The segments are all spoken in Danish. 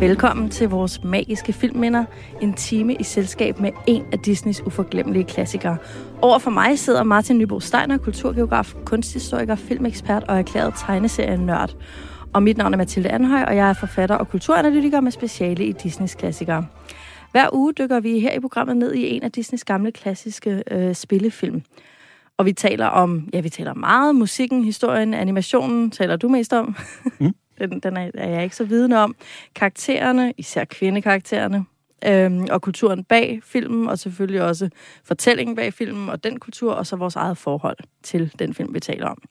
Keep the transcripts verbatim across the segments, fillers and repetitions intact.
Velkommen til vores magiske filmminder. En time i selskab med en af Disneys uforglemmelige klassikere. Over for mig sidder Martin Nybo Steiner, kulturgeograf, kunsthistoriker, filmekspert og erklæret tegneserienørd. Og mit navn er Mathilde Anhøj, og jeg er forfatter og kulturanalytiker med speciale i Disneys klassikere. Hver uge dykker vi her i programmet ned i en af Disneys gamle klassiske øh, spillefilm. Og vi taler om, ja, vi taler meget musikken, historien, animationen, taler du mest om? Mm. den, den er, er jeg ikke så vidende om. Karaktererne, især kvindekaraktererne, øhm, og kulturen bag filmen, og selvfølgelig også fortællingen bag filmen, og den kultur, og så vores eget forhold til den film, vi taler om.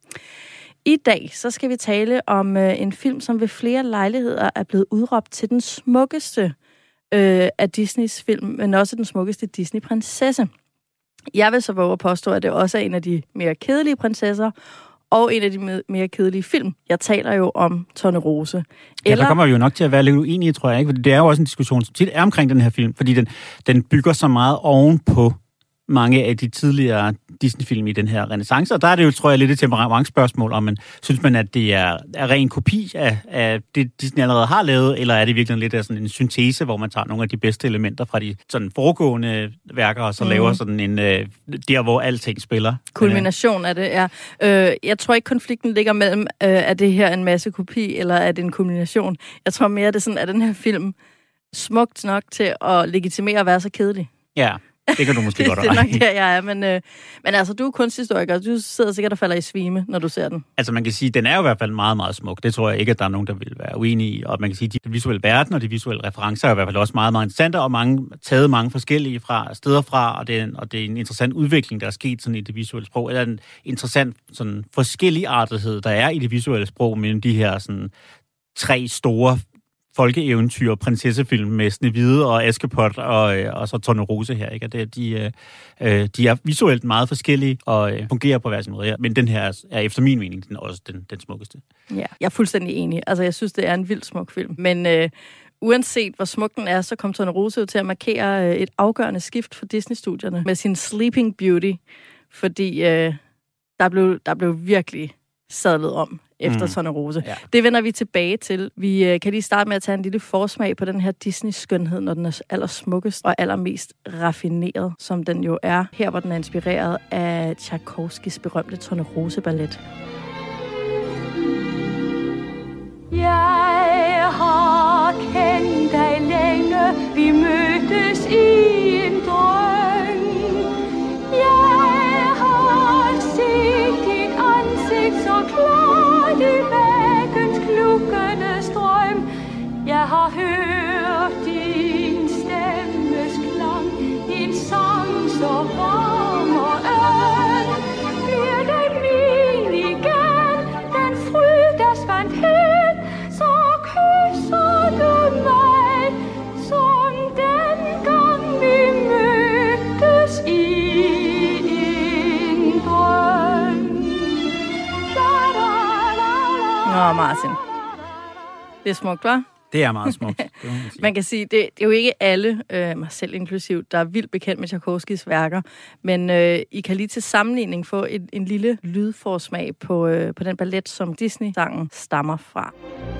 I dag så skal vi tale om øh, en film, som ved flere lejligheder er blevet udråbt til den smukkeste øh, af Disneys film, men også den smukkeste Disney-prinsesse. Jeg vil så våge at påstå, at det også er en af de mere kedelige prinsesser, og en af de mere kedelige film. Jeg taler jo om Tornerose. Eller... Ja, der kommer vi jo nok til at være lidt uenige, tror jeg, ikke? Fordi det er jo også en diskussion, som tit er omkring den her film, fordi den, den bygger så meget ovenpå mange af de tidligere Disney-film i den her renæssance, og der er det jo, tror jeg, lidt et temperamentsspørgsmål, om man synes man, at det er, er ren kopi af, af det, Disney allerede har lavet, eller er det virkelig lidt af sådan en syntese, hvor man tager nogle af de bedste elementer fra de sådan foregående værker, og så mm. laver sådan en, øh, der, hvor alting spiller. Kulmination af det, ja. Øh, jeg tror ikke, konflikten ligger mellem, øh, er det her en masse kopi, eller er det en kulmination? Jeg tror mere, det er sådan, at den her film smukt nok til at legitimere at være så kedelig. Ja. Det kan du måske godt det er nok der, jeg er, men, øh, men altså, du er kunsthistoriker, du sidder sikkert og falder i svime, når du ser den. Altså, man kan sige, den er jo i hvert fald meget, meget smuk. Det tror jeg ikke, at der er nogen, der vil være uenige i. Og man kan sige, at de visuelle verden og de visuelle referencer er i hvert fald også meget, meget interessante, og mange, taget mange forskellige fra, steder fra, og det, er en, og det er en interessant udvikling, der er sket sådan i det visuelle sprog, eller en interessant sådan, forskelligartethed, der er i det visuelle sprog mellem de her sådan, tre store folkeeventyr, prinsessefilm med Snehvide og Askepot og, og så Tornerose her, ikke? Og det, de, øh, de er visuelt meget forskellige og øh, fungerer på hver sin måde. Men den her er efter min mening den også den, den smukkeste. Ja, jeg er fuldstændig enig. Altså, jeg synes, det er en vild smuk film. Men øh, uanset hvor smuk den er, så kom Tornerose jo til at markere øh, et afgørende skift for Disney-studierne med sin Sleeping Beauty, fordi øh, der, blev, der blev virkelig sadlet om efter mm. Tornerose. Ja. Det vender vi tilbage til. Vi øh, kan lige starte med at tage en lille forsmag på den her Disney-skønhed, når den er allersmukkest og allermest raffineret, som den jo er. Her, hvor den er inspireret af Tchaikovskis berømte Tornerose-ballet. Jeg har kendt dig længe, vi mødtes i en drøm. Jeg har set dit ansigt så klart i væggens klukkende strøm. Jeg har hørt din stemmes klang, din sang så varm og øm. Bliver det min igen, den fryd, der svandt hen, så kysser du mig, som dengang vi mødtes i en drøm. Nå, Martin. Det er smukt, hva'? Det er meget smukt. Man, man kan sige, det, det er jo ikke alle, øh, mig selv inklusiv, der er vildt bekendt med Tchaikovskis værker, men øh, I kan lige til sammenligning få en, en lille lydforsmag på, øh, på den ballet, som Disney-sangen stammer fra.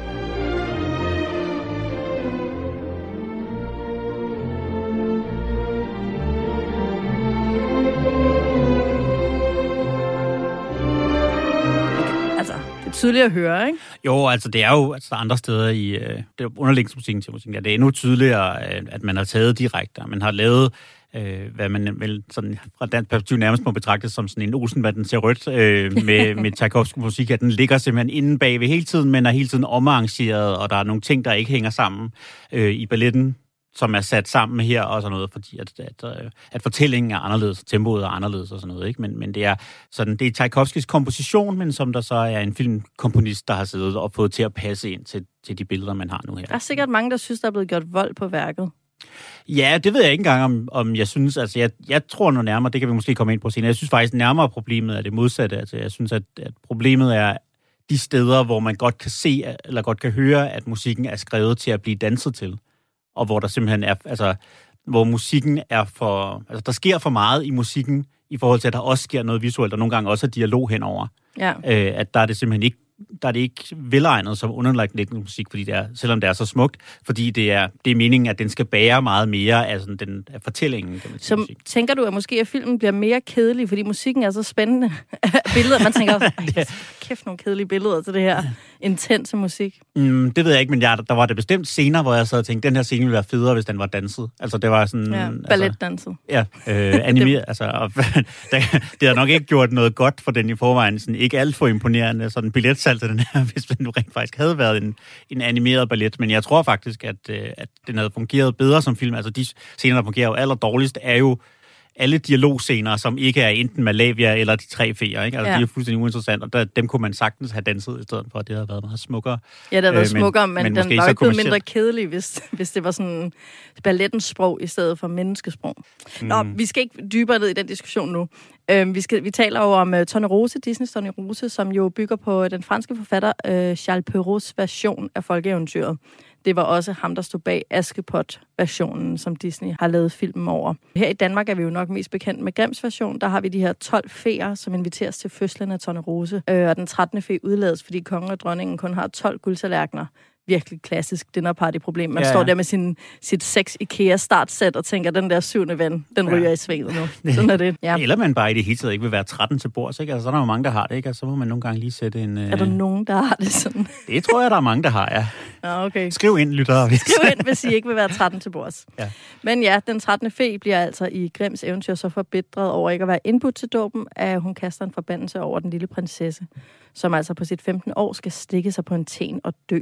Tydeligt at høre, ikke? Jo, altså det er jo altså, andre steder i øh, det underlægningsmusikken til musikken. Ja, det er endnu tydeligere, øh, at man har taget direkte. Man har lavet, øh, hvad man vel sådan fra dansk perspektiv nærmest må betragtes som sådan en Olsenbanden ser rødt øh, med, med Tchaikovsky musik, at den ligger simpelthen inde bagved hele tiden, men er hele tiden omarrangeret, og der er nogle ting, der ikke hænger sammen øh, i balletten, som er sat sammen her og sådan noget, fordi at, at, at fortællingen er anderledes, tempoet er anderledes og sådan noget, ikke? Men, men det er sådan, det er Tchaikovskys komposition, men som der så er en filmkomponist, der har siddet og fået til at passe ind til, til de billeder, man har nu her. Der er sikkert mange, der synes, der er blevet gjort vold på værket. Ja, det ved jeg ikke engang, om, om jeg synes, altså jeg, jeg tror noget nærmere, det kan vi måske komme ind på senere. Jeg synes faktisk nærmere problemet er det modsatte, altså jeg synes, at, at problemet er de steder, hvor man godt kan se, eller godt kan høre, at musikken er skrevet til at blive danset til. Og hvor der simpelthen er, altså, hvor musikken er for, altså der sker for meget i musikken, i forhold til, at der også sker noget visuelt, og nogle gange også er dialog henover. Ja. Øh, at der er det simpelthen ikke der er det ikke velegnet som underlæggende musik, fordi det er, selvom det er så smukt, fordi det er, det er meningen, at den skal bære meget mere af, sådan, den, af fortællingen. Kan man sige, så musik. Tænker du, at måske at filmen bliver mere kedelig, fordi musikken er så spændende billeder, man tænker, kæft nogle kedelige billeder til det her intense musik. Mm, det ved jeg ikke, men jeg, der var det bestemt scener, hvor jeg sad og tænkte, den her scene ville være federe, hvis den var danset. Altså, det var sådan... Ja, balletdanset. Altså, ja, øh, animeret. altså, og, det, det har nok ikke gjort noget godt for den i forvejen. Sådan, ikke alt for imponerende sådan billetsalg til den her, hvis den nu rent faktisk havde været en, en animeret ballet. Men jeg tror faktisk, at, at den havde fungeret bedre som film. Altså, de scener, der fungerer jo aller dårligst, er jo alle dialogscener, som ikke er enten Malavia eller de tre feer, ikke? Altså, ja. De er fuldstændig uinteressante, og der, dem kunne man sagtens have danset i stedet for, at det havde været meget smukkere. Ja, det havde været øh, smukkere, men, men, men den var ikke blevet mindre kedelig, hvis, hvis det var sådan ballettens sprog i stedet for menneskesprog. Mm. Nå, vi skal ikke dybere ned i den diskussion nu. Øh, vi, skal, vi taler jo om uh, Tornerose, Disneys Tornerose, som jo bygger på den franske forfatter uh, Charles Perraults version af folkeeventyret. Det var også ham, der stod bag Askepot-versionen, som Disney har lavet filmen over. Her i Danmark er vi jo nok mest bekendt med Grimms version. Der har vi de her tolv feer, som inviteres til fødslen af Tornerose. Øh, og den trettende fe udlades, fordi kongen og dronningen kun har tolv guldtallerkener. Virkelig klassisk dinnerparty-problem. Man ja, ja. står der med sin, sit seks IKEA-startsæt og tænker, den der syvende ven, den ryger ja. i svinget nu. Sådan er det. Ja. Eller man bare i det hele taget ikke vil være tretten til bords, ikke? Altså, så er der jo mange, der har det, ikke? Altså, så må man nogle gange lige sætte en... Øh... Er der nogen, der har det sådan? Det tror jeg, der er mange, der har, ja. Ja, okay. Skriv ind, lytter. Skriv ind, hvis I ikke vil være tretten til bords. Ja. Men ja, den trettende fe bliver altså i Grimms eventyr så forbitret over ikke at være indbudt til dåben, at hun kaster en forbandelse over den lille prinsesse, som altså på sit femtende år skal stikke sig på en ten og dø.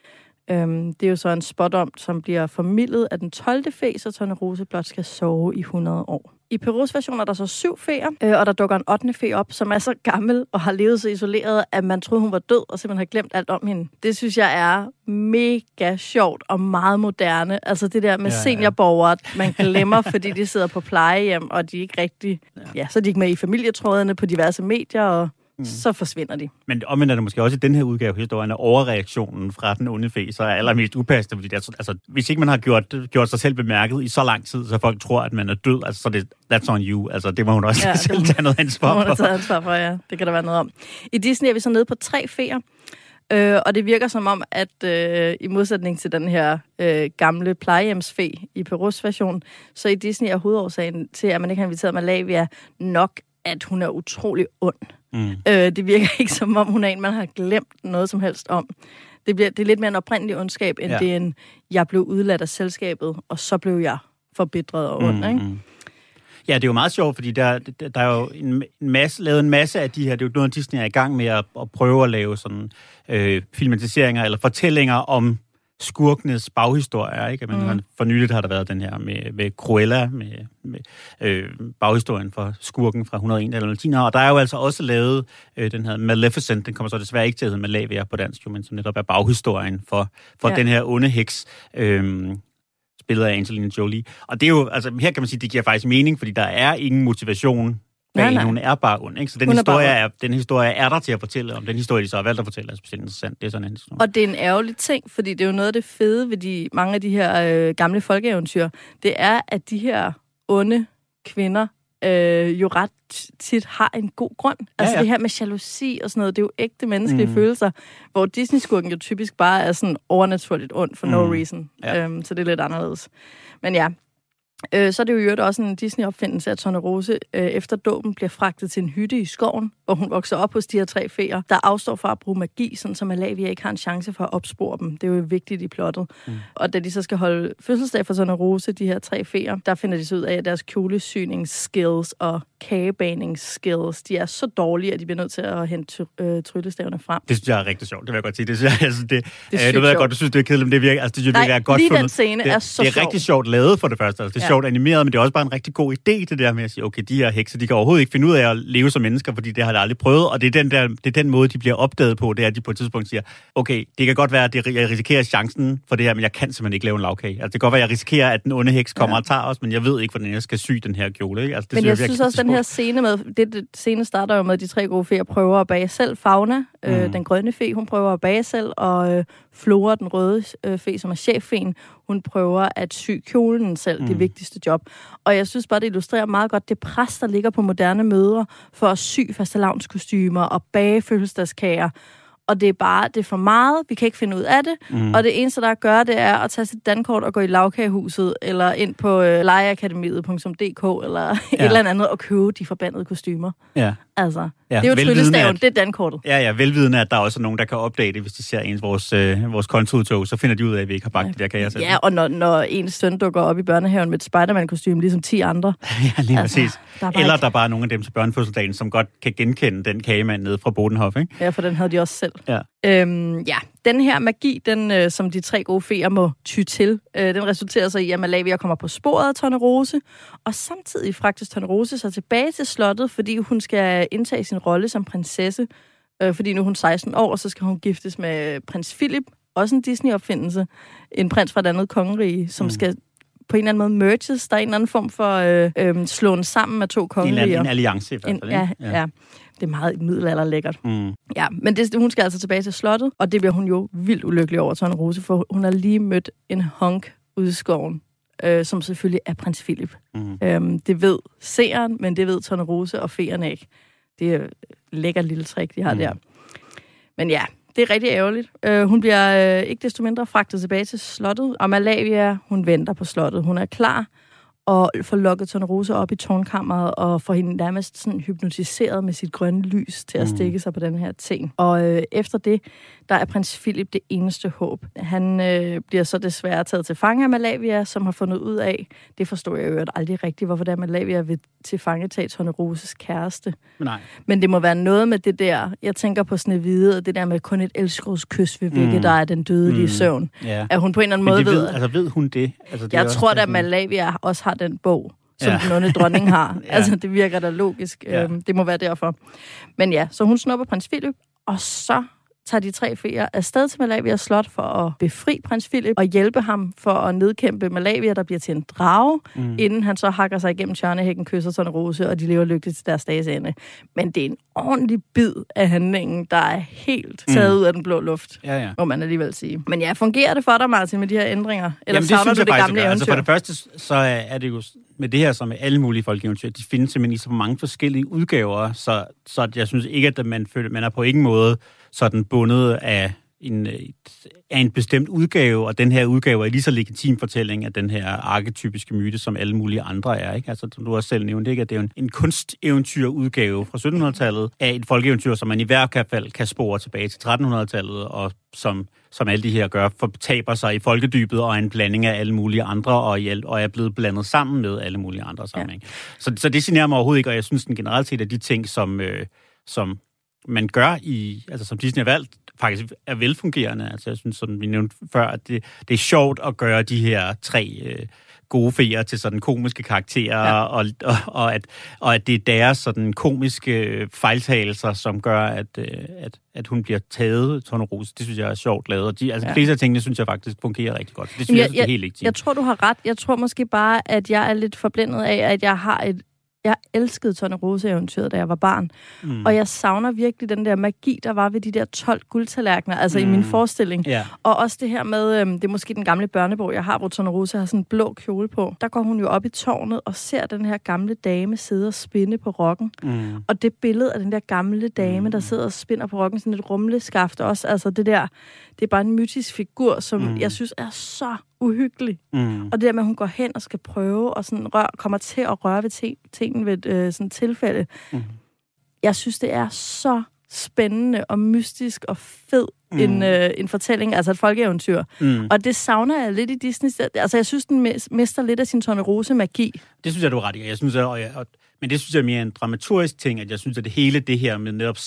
Øhm, det er jo så en spådom, som bliver formidlet af den tolvte fe, så Tornerose blot skal sove i hundrede år. I Perraults version er der så syv feer, øh, og der dukker en ottende fe op, som er så gammel og har levet så isoleret, at man troede, hun var død, og simpelthen har glemt alt om hende. Det synes jeg er mega sjovt og meget moderne. Altså det der med ja, ja. seniorborgere, man glemmer, fordi de sidder på plejehjem, og de er ikke rigtig... Ja, ja så er de ikke med i familietrådene på diverse medier, og... Mm. Så forsvinder de. Men omvendt er det måske også i den her udgave af historien, at overreaktionen fra den onde fe, så er allermest upassende, fordi det er, altså, hvis ikke man har gjort, gjort sig selv bemærket i så lang tid, så folk tror, at man er død, altså så det, that's on you. Altså det må hun også ja, selv tage noget ansvar for. Det må hun tage ansvar for, ja. Det kan der være noget om. I Disney er vi så nede på tre feer, øh, og det virker som om, at øh, i modsætning til den her øh, gamle plejehjemsfe i Perraults version, så i Disney er hovedårsagen til, at man ikke har inviteret Malavia nok, at hun er utrolig ond. Mm. Øh, det virker ikke som om, hun er en, man har glemt noget som helst om. Det, bliver, det er lidt mere en oprindelig ondskab, end ja. det er en, jeg blev udladt af selskabet, og så blev jeg forbitret og ond, mm, ikke? Mm. Ja, det er jo meget sjovt, fordi der, der, der er jo en masse, lavet en masse af de her, det er jo noget, Disney er i gang med at, at prøve at lave sådan øh, filmatiseringer eller fortællinger om skurkenes baghistorier, ikke? Men mm. for nyligt har der været den her med, med Cruella, med, med øh, baghistorien for skurken fra et hundrede og en dalmatiner, og der er jo altså også lavet øh, den her Maleficent, den kommer så desværre ikke til at hedde Malavia på dansk, men som netop er baghistorien for, for ja. den her onde heks, øh, spillet af Angelina Jolie. Og det er jo, altså her kan man sige, det giver faktisk mening, fordi der er ingen motivation bag, nej, hun er bare ond, ikke? Så den historie, er, den historie er der til at fortælle om. Den historie, de så har valgt at fortælle, er specielt interessant. Det er sådan en historie. Og det er en ærgerlig ting, fordi det er jo noget af det fede ved de, mange af de her øh, gamle folkeeventyr. Det er, at de her onde kvinder øh, jo ret tit har en god grund. Altså ja, ja. det her med jalousi og sådan noget, det er jo ægte menneskelige mm. følelser, hvor Disney-skurken jo typisk bare er sådan overnaturligt ond for mm. no reason. Ja. Øhm, så det er lidt anderledes. Men ja, Øh, så er det jo jo også en Disney-opfindelse, at Tornerose øh, efter dåben bliver fragtet til en hytte i skoven, hvor hun vokser op hos de her tre feer, der afstår fra at bruge magi, sådan som Malavia ikke har en chance for at opspore dem. Det er jo vigtigt i plottet. Mm. Og da de så skal holde fødselsdag for Tornerose, de her tre feer, der finder de så ud af, at deres kjolesyningsskills og kagebaningsskills, de er så dårlige, at de bliver nødt til at hente øh, tryllestavene frem. Det synes jeg er rigtig sjovt, det vil jeg godt sige. Det synes jeg, altså, det, det øh, du ved jeg godt, du synes, det er kedeligt, men det virker, altså, det synes jeg er godt lige fundet. Den scene det, er så Det er sjov. rigtig sjovt lavet for det første. Altså, det er ja. sjovt animeret, men det er også bare en rigtig god idé, det der med at sige, okay, de her hekse, de kan overhovedet ikke finde ud af at leve som mennesker, fordi det har de aldrig prøvet, og det er den, der, det er den måde, de bliver opdaget på, det er, at de på et tidspunkt siger, okay, det kan godt være, at jeg risikerer chancen for det her, men jeg kan simpelthen ikke lave en lavkage. Altså, det kan godt være, at jeg risikerer, at den onde heks kommer ja. og tager os, men jeg ved ikke, hvordan jeg skal sy den her kjole. Ikke? Altså, det men synes jeg, jeg synes også, den her scene med, det, det scene starter jo med, at de tre gode feer prøver at bage selv. Fauna, mm. øh, den grønne fe, hun prøver at bage selv, og øh, Flora, den røde øh, fe, som er cheffen, hun prøver at sy kjolen selv, mm. det vigtigste job. Og jeg synes bare, det illustrerer meget godt det pres, der ligger på moderne mødre for at sy fastelavnskostymer og bage fødselsdagskager. og det er bare, det er for meget, vi kan ikke finde ud af det, mm. og det eneste, der er at gøre, det er at tage sit dankort og gå i lavkagehuset, eller ind på øh, legeakademiet punktum d k, eller ja. et eller andet, og købe de forbandede kostymer. Ja. Altså, ja. det er jo tryllestaven, at, det er dankortet. Ja, ja, velvidende, at der også er nogen, der kan opdage det, hvis de ser ens vores, øh, vores kontoudtog, så finder de ud af, at vi ikke har bagt ja. de der kager selv. Ja, og når, når ens søn dukker op i børnehaven med et Spider-Man-kostyme, ligesom ti andre. ja, lige altså, præcis. Der eller ikke... der er bare nogle af dem til børnefødselsdagen, som godt kan genkende den kagemand nede fra Bodenhof, ikke? Ja, for den havde de også selv. Ja. Øhm, ja, den her magi, den, øh, som de tre gode feer må ty til, øh, den resulterer så i, at Malavia kommer på sporet af Tornerose, og samtidig fragtes Tornerose sig tilbage til slottet, fordi hun skal indtage sin rolle som prinsesse, øh, fordi nu er hun seksten år, og så skal hun giftes med prins Philip, også en Disney-opfindelse, en prins fra et andet kongerige, som mm. skal på en eller anden måde merges. Der er en eller anden form for øh, øh, slåen sammen med to kongeriger. En, en alliance i hvert fald, ja, ja, ja. Det er meget middelalder lækkert. Mm. Ja, men det, hun skal altså tilbage til slottet, og det bliver hun jo vildt ulykkelig over, Tornerose, for hun har lige mødt en honk ude i skoven, øh, som selvfølgelig er prins Philip. Mm. Øhm, det ved seeren, men det ved Tornerose og feerne ikke. Det er et lækkert lille trick, de har mm. der. Men ja, det er rigtig ærgerligt. Øh, hun bliver øh, ikke desto mindre fragtet tilbage til slottet, og Malavia, hun venter på slottet. Hun er klar og får lukket Tornerose op i tårnkammeret og får hende nærmest sådan hypnotiseret med sit grønne lys til at stikke sig på den her ting. Og øh, efter det, der er prins Philip det eneste håb. Han øh, bliver så desværre taget til fange af Malavia, som har fundet ud af, det forstår jeg jo aldrig rigtigt, hvorfor det er Malavia vil til fangetage Torneroses kæreste. Nej. Men det må være noget med det der, jeg tænker på Snehvide, og det der med kun et elskrådskys ved vægge, mm. der er den dødelige mm. søvn. Yeah. At hun på en eller anden måde ved, ved... Altså ved hun det? Altså, det jeg tror da, at Malavia også har den bog, som ja. den onde dronning har. ja. Altså, det virker da logisk. Ja. Øhm, det må være derfor. Men ja, så hun snupper prins Philip, og så tager de tre feer afsted til Malavias slot for at befri prins Philip og hjælpe ham for at nedkæmpe Malavia, der bliver til en drage, mm. inden han så hakker sig igennem tjørnehækken, kysser Tornerose, og de lever lykkeligt til deres dages ende. Men det er en ordentlig bid af handlingen, der er helt taget mm. ud af den blå luft, ja, ja. må man alligevel sige. Men ja, fungerer det for dig, Martin, med de her ændringer? Eller Jamen, savner du det gamle eventyr? Altså for det første, så er det jo med det her, som med alle mulige folkeeventyr, de findes simpelthen i så mange forskellige udgaver, så, så jeg synes ikke, at man føler, man er på ingen måde sådan bundet af en, af en bestemt udgave, og den her udgave er lige så legitim fortælling af den her arketypiske myte, som alle mulige andre er. Ikke? Altså, du har selv nævnt, ikke? At det er en, en kunsteventyrudgave fra syttenhundredetallet af et folkeeventyr, som man i hvert fald kan spore tilbage til trettenhundredetallet, og som, som alle de her gør, fortaber sig i folkedybet og er en blanding af alle mulige andre, og, i, og er blevet blandet sammen med alle mulige andre sammenhæng. Ja. Så, så det generer mig overhovedet ikke, og jeg synes, den generelt set af de ting, som, øh, som man gør i, altså som Disney har valgt, faktisk er velfungerende. Altså jeg synes, som vi nævnte før, at det, det er sjovt at gøre de her tre øh, gode feer til sådan komiske karakterer, ja. og, og, og, at, og at det er deres sådan komiske fejltagelser, som gør, at, øh, at, at hun bliver taget, Tornerose. Det synes jeg er sjovt lavet. Og de, altså, ja. de fleste af tingene, synes jeg faktisk fungerer rigtig godt. Det synes jeg, jeg, jeg, er helt legitimt. Jeg tror, du har ret. Jeg tror måske bare, at jeg er lidt forblændet af, at jeg har et Jeg elskede Tornerose-eventyret, da jeg var barn. Mm. Og jeg savner virkelig den der magi, der var ved de der tolv guldtallerkener, altså mm. i min forestilling. Yeah. Og også det her med, øhm, det er måske den gamle børnebog, jeg har, hvor Tornerose har sådan en blå kjole på. Der går hun jo op i tårnet og ser den her gamle dame sidde og spinde på rokken. Mm. Og det billede af den der gamle dame, mm. der sidder og spinder på rokken, sådan et rumleskaft også. Altså det der, det er bare en mytisk figur, som mm. jeg synes er så uhyggelig. Mm. Og det der med, at hun går hen og skal prøve, og sådan rør, kommer til at røre ved te- tingen ved et øh, sådan tilfælde. Mm. Jeg synes, det er så spændende og mystisk og fed mm. en, øh, en fortælling, altså et folkeeventyr. Mm. Og det savner jeg lidt i Disney. Altså, jeg synes, den mister lidt af sin Tornerose-magi. Det synes jeg, du er ret i. Jeg synes, at, og jeg, og, men det synes jeg er mere en dramaturgisk ting, at jeg synes, at det hele det her med netop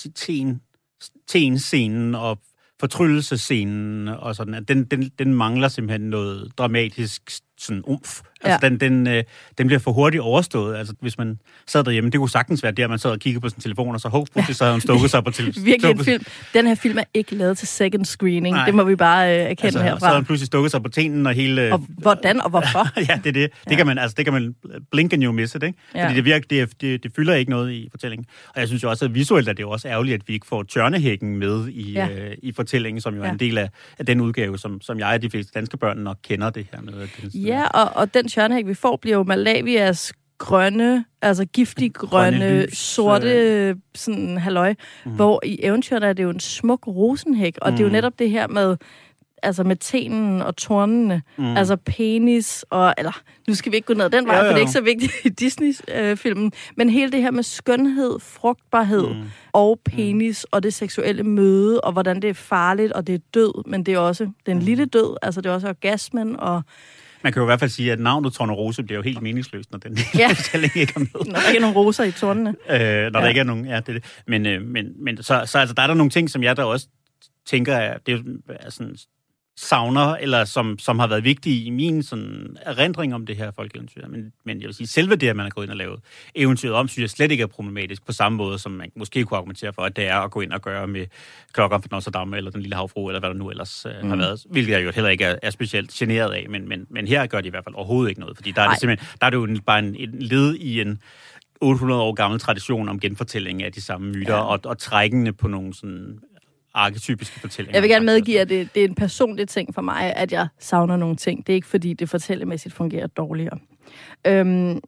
ten-scenen og fortryllelsescenen og sådan, at den, den, den mangler simpelthen noget dramatisk sådan umf. Altså, ja. den, den, øh, den bliver for hurtigt overstået. Altså, hvis man sad derhjemme, det kunne sagtens være der, man sad og kiggede på sin telefon, og så hov, pludselig så havde hun stukket sig på telefonen. Virkelig en film. Den her film er ikke lavet til second screening. Nej. Det må vi bare øh, erkende altså, herfra. Så havde hun pludselig stukket sig på tenen, og hele... Og hvordan og hvorfor? ja, det er det. Det, ja. kan man, altså, det kan man blink and you miss it, ikke? Ja. Fordi det, virker, det, det, det fylder ikke noget i fortællingen. Og jeg synes jo også, at visuelt er det jo også ærgerligt, at vi ikke får tjørnehækken med i, ja. øh, i fortællingen, som jo ja. er en del af, af den udgave, som, som jeg og de fleste danske børn nok kender det her med. Ja, og, og den tjørnehæk, vi får, bliver jo Malavias grønne, altså giftig grønne, grønne lys, sorte sådan halløj, mm. hvor i eventyret er det jo en smuk rosenhæk, og mm. det er jo netop det her med altså med tenen og tornene, mm. altså penis og, eller nu skal vi ikke gå ned den vej, jo, jo. For det er ikke så vigtigt i Disney-filmen, øh, men hele det her med skønhed, frugtbarhed mm. og penis mm. og det seksuelle møde, og hvordan det er farligt, og det er død, men det er også den mm. lille død, altså det er også orgasmen, og man kan jo i hvert fald sige, at navnet Tornerose bliver jo helt meningsløst, når den ja. fortælling ikke er med. Når der ikke er nogen roser i tornene. Øh, når ja. der ikke er nogen, ja, det er det. Men, øh, men, men så, så altså, der er der nogle ting, som jeg der også tænker, at det er sådan savner, eller som, som har været vigtige i min sådan, erindring om det her folkeeventyr. Men, men jeg vil sige, selve det, at man har gået ind og lavet eventyret om, synes jeg slet ikke er problematisk på samme måde, som man måske kunne argumentere for, at det er at gå ind og gøre med Klokkeren fra Notre Dame, eller Den Lille Havfrue, eller hvad der nu ellers øh, mm. har været. Hvilket jeg jo heller ikke er, er specielt generet af, men, men, men her gør de i hvert fald overhovedet ikke noget, fordi der er, det simpelthen, der er det jo en, bare en, en led i en otte hundrede år gammel tradition om genfortælling af de samme myter, ja. og, og trækkende på nogle sådan arketypiske fortællinger. Jeg vil gerne medgive, at det, det er en personlig ting for mig, at jeg savner nogle ting. Det er ikke, fordi det fortællemæssigt fungerer dårligere. Øhm,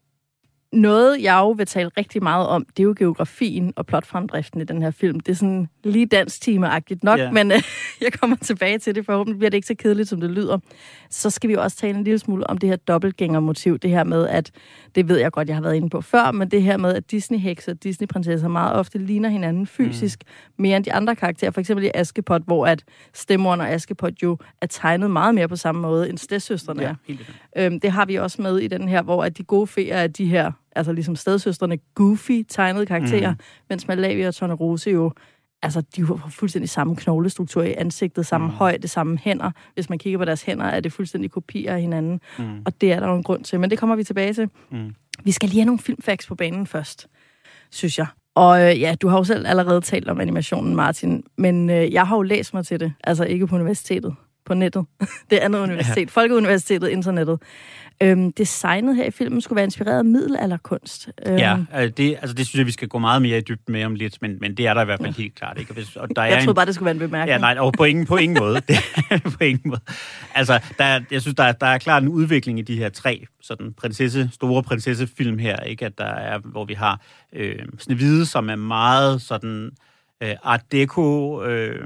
noget, jeg jo vil tale rigtig meget om, det er jo geografien og plotfremdriften i den her film. Det er sådan lige danstimeagtigt nok, yeah. men øh, jeg kommer tilbage til det. Forhåbentlig bliver det ikke så kedeligt, som det lyder. Så skal vi jo også tale en lille smule om det her dobbeltgængermotiv. Det her med, at, det ved jeg godt, jeg har været inde på før, men det her med, at Disney-hekser og Disney-prinsesser meget ofte ligner hinanden fysisk mm. mere end de andre karakterer. For eksempel i Askepot, hvor at Stemmoren og Askepot jo er tegnet meget mere på samme måde, end stedsøstrene er. Ja, øhm, det har vi også med i den her, hvor at de gode feer er de her, altså ligesom stedsøstrene, goofy tegnede karakterer, mm. mens Malavia og Tornerose jo, altså de har fuldstændig samme knoglestruktur i ansigtet, samme mm. højde, samme hænder. Hvis man kigger på deres hænder, er det fuldstændig kopier af hinanden. Mm. Og det er der jo en grund til, men det kommer vi tilbage til. Mm. Vi skal lige have nogle filmfacts på banen først, synes jeg. Og øh, ja, du har jo selv allerede talt om animationen, Martin, men øh, jeg har jo læst mig til det, altså ikke på universitetet, på nettet. Det andet universitet, ja. Folkeuniversitetet, internettet. Øhm, designet her i filmen skulle være inspireret af middelalderkunst. Øhm. Ja, det, altså det synes jeg, vi skal gå meget mere i dybden med om lidt, men, men det er der i hvert fald ja. helt klart. Ikke? Og hvis, og der jeg er troede en, bare, det skulle være en bemærkning. Ja, nej, og på ingen, på ingen måde. Det, på ingen måde. Altså, der, jeg synes, der er, der er klart en udvikling i de her tre sådan prinsesse, store prinsessefilm her, ikke? At der er, hvor vi har øh, Snehvide, som er meget sådan øh, art deco, øh,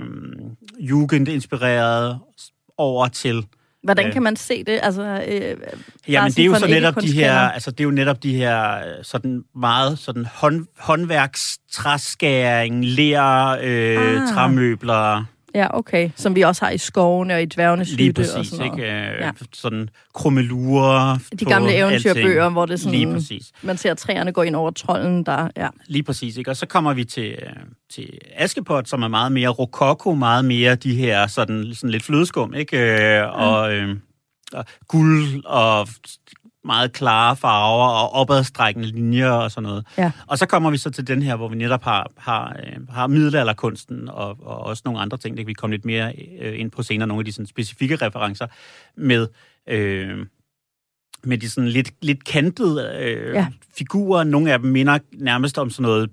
jugend-inspireret over til. Hvordan kan man se det? Altså, øh, ja, men det er jo så netop de her, altså det er jo netop de her sådan meget sådan hånd, håndværks, træskæring, ler, øh, ah. træmøbler. Ja, okay. Som vi også har i skovene og i dværgenes hytte og sådan noget. Ikke? Ja. Sådan krummelurer. De gamle eventyrbøger, hvor det sådan, lige præcis. Man ser træerne gå ind over trolden, der, ja. Lige præcis, ikke? Og så kommer vi til, til Askepot, som er meget mere rokoko, meget mere de her sådan, sådan lidt flødeskum, ikke? Og, mm. øh, og guld og meget klare farver og opadstrækkende linjer og sådan noget. Ja. Og så kommer vi så til den her, hvor vi netop har, har, har middelalderkunsten og, og også nogle andre ting, det kan vi komme lidt mere ind på senere, nogle af de sådan specifikke referencer med, øh, med de sådan lidt, lidt kantede øh, ja. figurer. Nogle af dem minder nærmest om sådan noget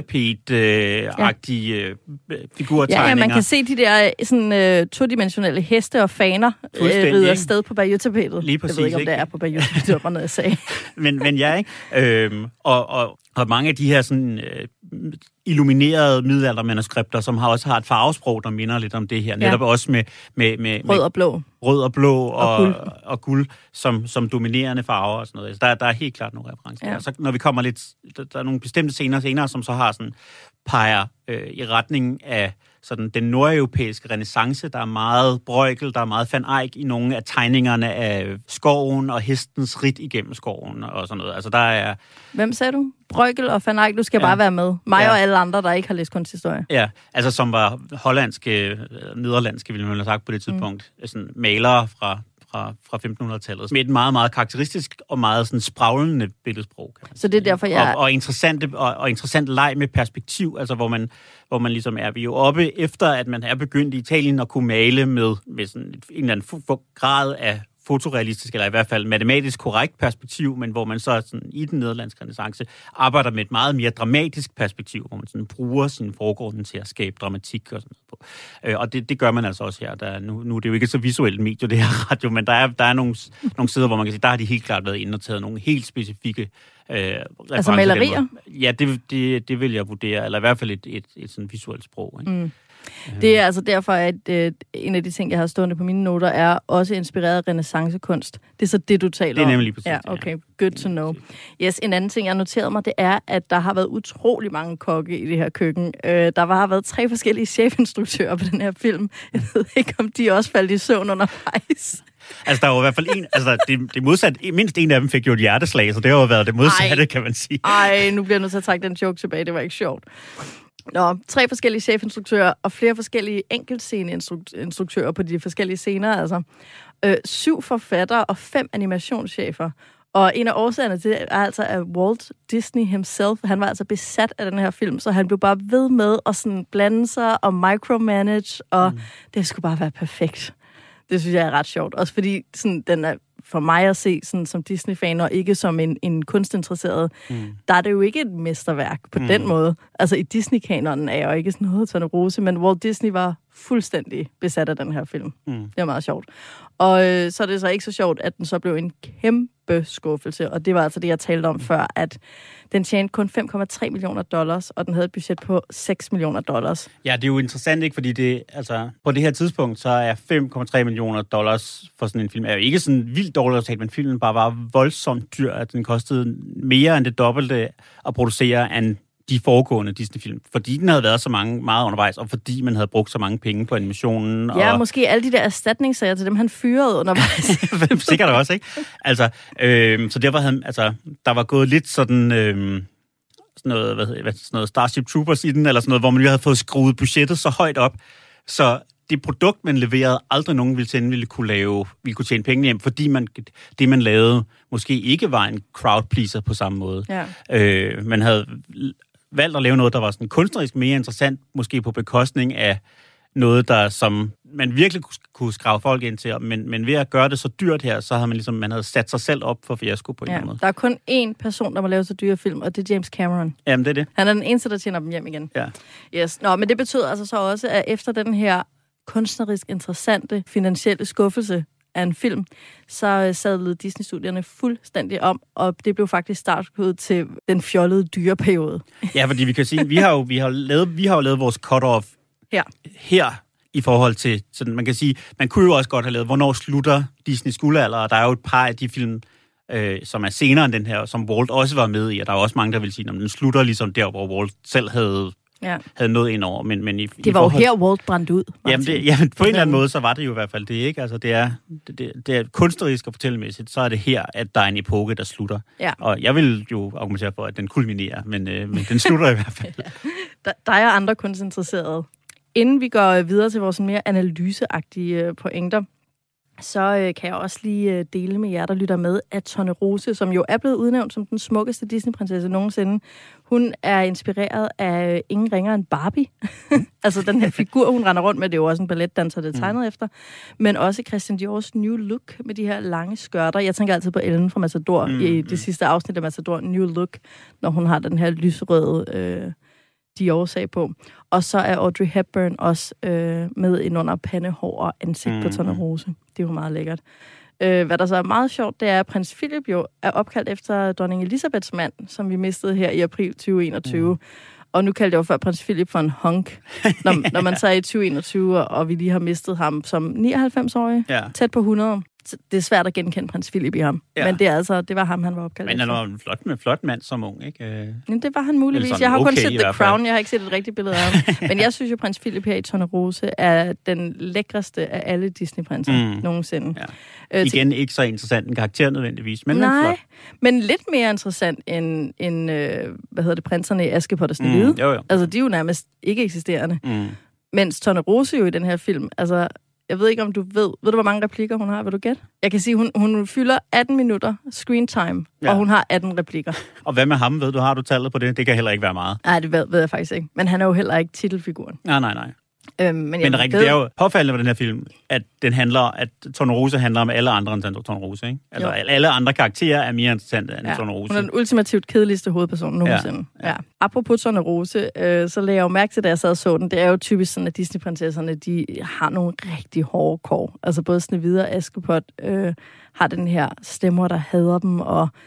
Bayeux-tapet-agtige øh, ja. figurtegninger. Ja, ja, man kan se de der sådan, øh, todimensionelle heste og faner øh, rider afsted på Bayeux-tapetet. Lige præcis. Jeg ved ikke, om ikke? det er på Bayeux, det var bare noget, jeg sagde. men, men ja, ikke? Øhm, og, og, og mange af de her sådan øh, illuminerede middelaldermanuskripter, som har også har et farvesprog, der minder lidt om det her. Netop ja. også med, med, med, med rød og blå. Rød og blå og, og guld, og guld som, som dominerende farver og sådan noget. Der, der er helt klart nogle referencer. Ja. Så når vi kommer lidt, der, der er nogle bestemte scener senere, som så har sådan peger øh, i retning af sådan den nordeuropæiske renæssance. Der er meget Bruegel, der er meget Van Eyck i nogle af tegningerne af skoven og hestens ridt igennem skoven og sådan noget. Altså der er... Hvem sagde du? Bruegel og Van Eyck, du skal ja. bare være med. Mig ja. og alle andre, der ikke har læst kunsthistorie. Ja, altså som var hollandske, nederlandske, ville man have sagt på det tidspunkt, mm. sådan malere fra... fra, fra femtenhundredetallet, med et meget, meget karakteristisk og meget sådan spraglende billedsprog. Kan man Så det er derfor, jeg... Og, og, interessante, og, og interessant leg med perspektiv, altså hvor man, hvor man ligesom er vi jo oppe efter, at man er begyndt i Italien at kunne male med, med sådan en eller anden grad af fotorealistisk, eller i hvert fald matematisk korrekt perspektiv, men hvor man så sådan, i den nederlandske renæssance arbejder med et meget mere dramatisk perspektiv, hvor man sådan bruger sin forgrunde til at skabe dramatik og sådan noget på. Øh, og det, det gør man altså også her. Der, nu, nu er det jo ikke så visuelt medie, det her radio, men der er, der er nogle, nogle sider, hvor man kan sige, der har de helt klart været inde og taget nogle helt specifikke Øh, altså malerier? Ja, det, det, det vil jeg vurdere, eller i hvert fald et, et, et sådan visuelt sprog. Ikke? Mm. Det er altså derfor, at øh, en af de ting, jeg har stående på mine noter, er også inspireret af renæssancekunst. Det er så det, du taler om. Det er nemlig præcis. Ja, okay. Good to know. Yes, en anden ting, jeg noterede mig, det er, at der har været utrolig mange kokke i det her køkken. Øh, der har været tre forskellige chefinstruktører på den her film. Jeg ved ikke, om de også faldt i søvn undervejs. Altså, der var i hvert fald en, altså, det, det modsatte, mindst en af dem fik jo et hjerteslag, så det har jo været det modsatte, Ej. kan man sige. Ej, nu bliver jeg nødt til at trække den joke tilbage, det var ikke sjovt. Nå, tre forskellige chefinstruktører og flere forskellige enkeltsceneinstruktører på de forskellige scener, altså. Øh, syv forfattere og fem animationschefer. Og en af årsagerne til er altså, at Walt Disney himself, han var altså besat af den her film, så han blev bare ved med at sådan blande sig og micromanage, og mm. det skulle bare være perfekt. Det synes jeg er ret sjovt. Også fordi sådan, den er for mig at se sådan, som Disney-fan, og ikke som en, en kunstinteresseret, mm. der er det jo ikke et mesterværk på mm. den måde. Altså i Disney-kanonen er jeg jo ikke sådan noget Tornerose, men Walt Disney var fuldstændig besat af den her film. Mm. Det er meget sjovt. Og øh, så er det så ikke så sjovt, at den så blev en kæmpe skuffelse, og det var altså det, jeg talte om før, at den tjente kun fem komma tre millioner dollars, og den havde et budget på seks millioner dollars. Ja, det er jo interessant, ikke? Fordi det, altså, på det her tidspunkt, så er fem komma tre millioner dollars for sådan en film, er jo ikke sådan vildt dårligt resultat, men filmen bare var voldsomt dyr, at den kostede mere end det dobbelte at producere end de foregående Disney-film, fordi den havde været så mange meget undervejs, og fordi man havde brugt så mange penge på animationen. Ja, og måske alle de der erstatningssager til dem, han fyrede undervejs. Sikkert også, ikke? Altså, øh, så derfor havde, altså, der var gået lidt sådan, øh, sådan noget, hvad hedder, sådan noget Starship Troopers i den, eller sådan noget, hvor man jo havde fået skruet budgettet så højt op, så det produkt, man leverede, aldrig nogen ville tjene, ville kunne lave, ville kunne tjene penge hjem, fordi man, det, man lavede, måske ikke var en crowd pleaser på samme måde. Ja. Øh, man havde valgt at lave noget, der var sådan kunstnerisk mere interessant, måske på bekostning af noget, der som man virkelig kunne skrave folk ind til, men, men ved at gøre det så dyrt her, så havde man ligesom, man havde sat sig selv op for fiasko på en ja, eller anden måde. Der er kun én person, der må lave så dyre film, og det er James Cameron. Jamen, det er det. Han er den eneste, der tjener dem hjem igen. Ja. Yes. Nå, men det betyder altså så også, at efter den her kunstnerisk interessante finansielle skuffelse af en film, så sadlede Disney-studierne fuldstændig om, og det blev faktisk startskuddet til den fjollede dyreperiode. Ja, fordi vi kan sige, vi har jo, vi har lavet, vi har jo lavet vores cut-off her. her i forhold til, sådan, man kan sige, man kunne jo også godt have lavet, hvornår slutter Disneys guldalder, og der er jo et par af de film, øh, som er senere end den her, som Walt også var med i, og der er også mange, der vil sige, at den slutter ligesom der, hvor Walt selv havde Ja. havde noget ind over, men, men i, det var i forhold... jo her, Walt brændte ud. Jamen, det, jamen, på en eller anden måde, så var det jo i hvert fald det, ikke? Altså, det er, det, det, det er kunstnerisk og fortællemæssigt, så er det her, at der er en epoke, der slutter. Ja. Og jeg vil jo argumentere for, at den kulminerer, men, øh, men den slutter i hvert fald. Ja. Der, der er andre kunstinteresserede. Inden vi går videre til vores mere analyseagtige pointer, så øh, kan jeg også lige øh, dele med jer, der lytter med, at Tornerose, som jo er blevet udnævnt som den smukkeste Disney-prinsesse nogensinde, hun er inspireret af øh, ingen ringere end Barbie. Mm. Altså den her figur, hun render rundt med, det er jo også en balletdanser, det er tegnet mm. efter, men også Christian Diors New Look med de her lange skørter. Jeg tænker altid på Ellen fra Matador mm. i det sidste afsnit af Matador, New Look, når hun har den her lyserøde øh, Dior-sag på. Og så er Audrey Hepburn også øh, med ind under pandehår og ansigt mm. på Tornerose. Det er jo meget lækkert. Øh, hvad der så er meget sjovt, det er, at prins Philip jo er opkaldt efter dronning Elisabeths mand, som vi mistede her i april tyve enogtyve. Mm. Og nu kaldte jeg jo før prins Philip for en hunk, når, når man så er i tyve enogtyve, og vi lige har mistet ham som nioghalvfems-årig, ja. Tæt på hundrede. Det er svært at genkende prins Philip i ham. Ja. Men det, er altså, det var ham, han var opkaldt. Men han var en flot, med flot mand som ung, ikke? Men det var han muligvis. Jeg har okay, kun set The Crown, jeg har ikke set et rigtigt billede af ham. Men jeg synes jo, prins Philip her i Tornerose er den lækreste af alle Disney-prinser mm. nogensinde. Ja. Øh, Igen, ikke så interessant en karakter nødvendigvis, men nej, flot. Men lidt mere interessant end, end øh, hvad hedder det, prinserne i Askepot og Snehvide. Mm, jo, jo. Altså, de er jo nærmest ikke eksisterende. Mm. Mens Tornerose jo i den her film, altså... Jeg ved ikke, om du ved... Ved du, hvor mange replikker hun har? Vil du gætte? Jeg kan sige, hun, hun fylder atten minutter screen time, ja. Og hun har atten replikker. Og hvad med ham, ved du? Har du tallet på det? Det kan heller ikke være meget. Nej, det ved, ved jeg faktisk ikke. Men han er jo heller ikke titelfiguren. Nej, nej, nej. Øhm, men men rigtigt, det er jo påfaldende ved den her film, at den handler, at Tornerose handler om alle andre end Tornerose, ikke? Altså, jo. Alle andre karakterer er mere interessante end ja. Tornerose. Hun er den ultimativt kedeligste hovedperson nogensinde. Ja. Ja. Apropos Tornerose, øh, så lagde jeg jo mærke til, da jeg sad og så den, det er jo typisk sådan, at Disney-prinsesserne, de har nogle rigtig hårde kår. Altså både Snehvide og Askepot øh, har den her stemmer, der hader dem, og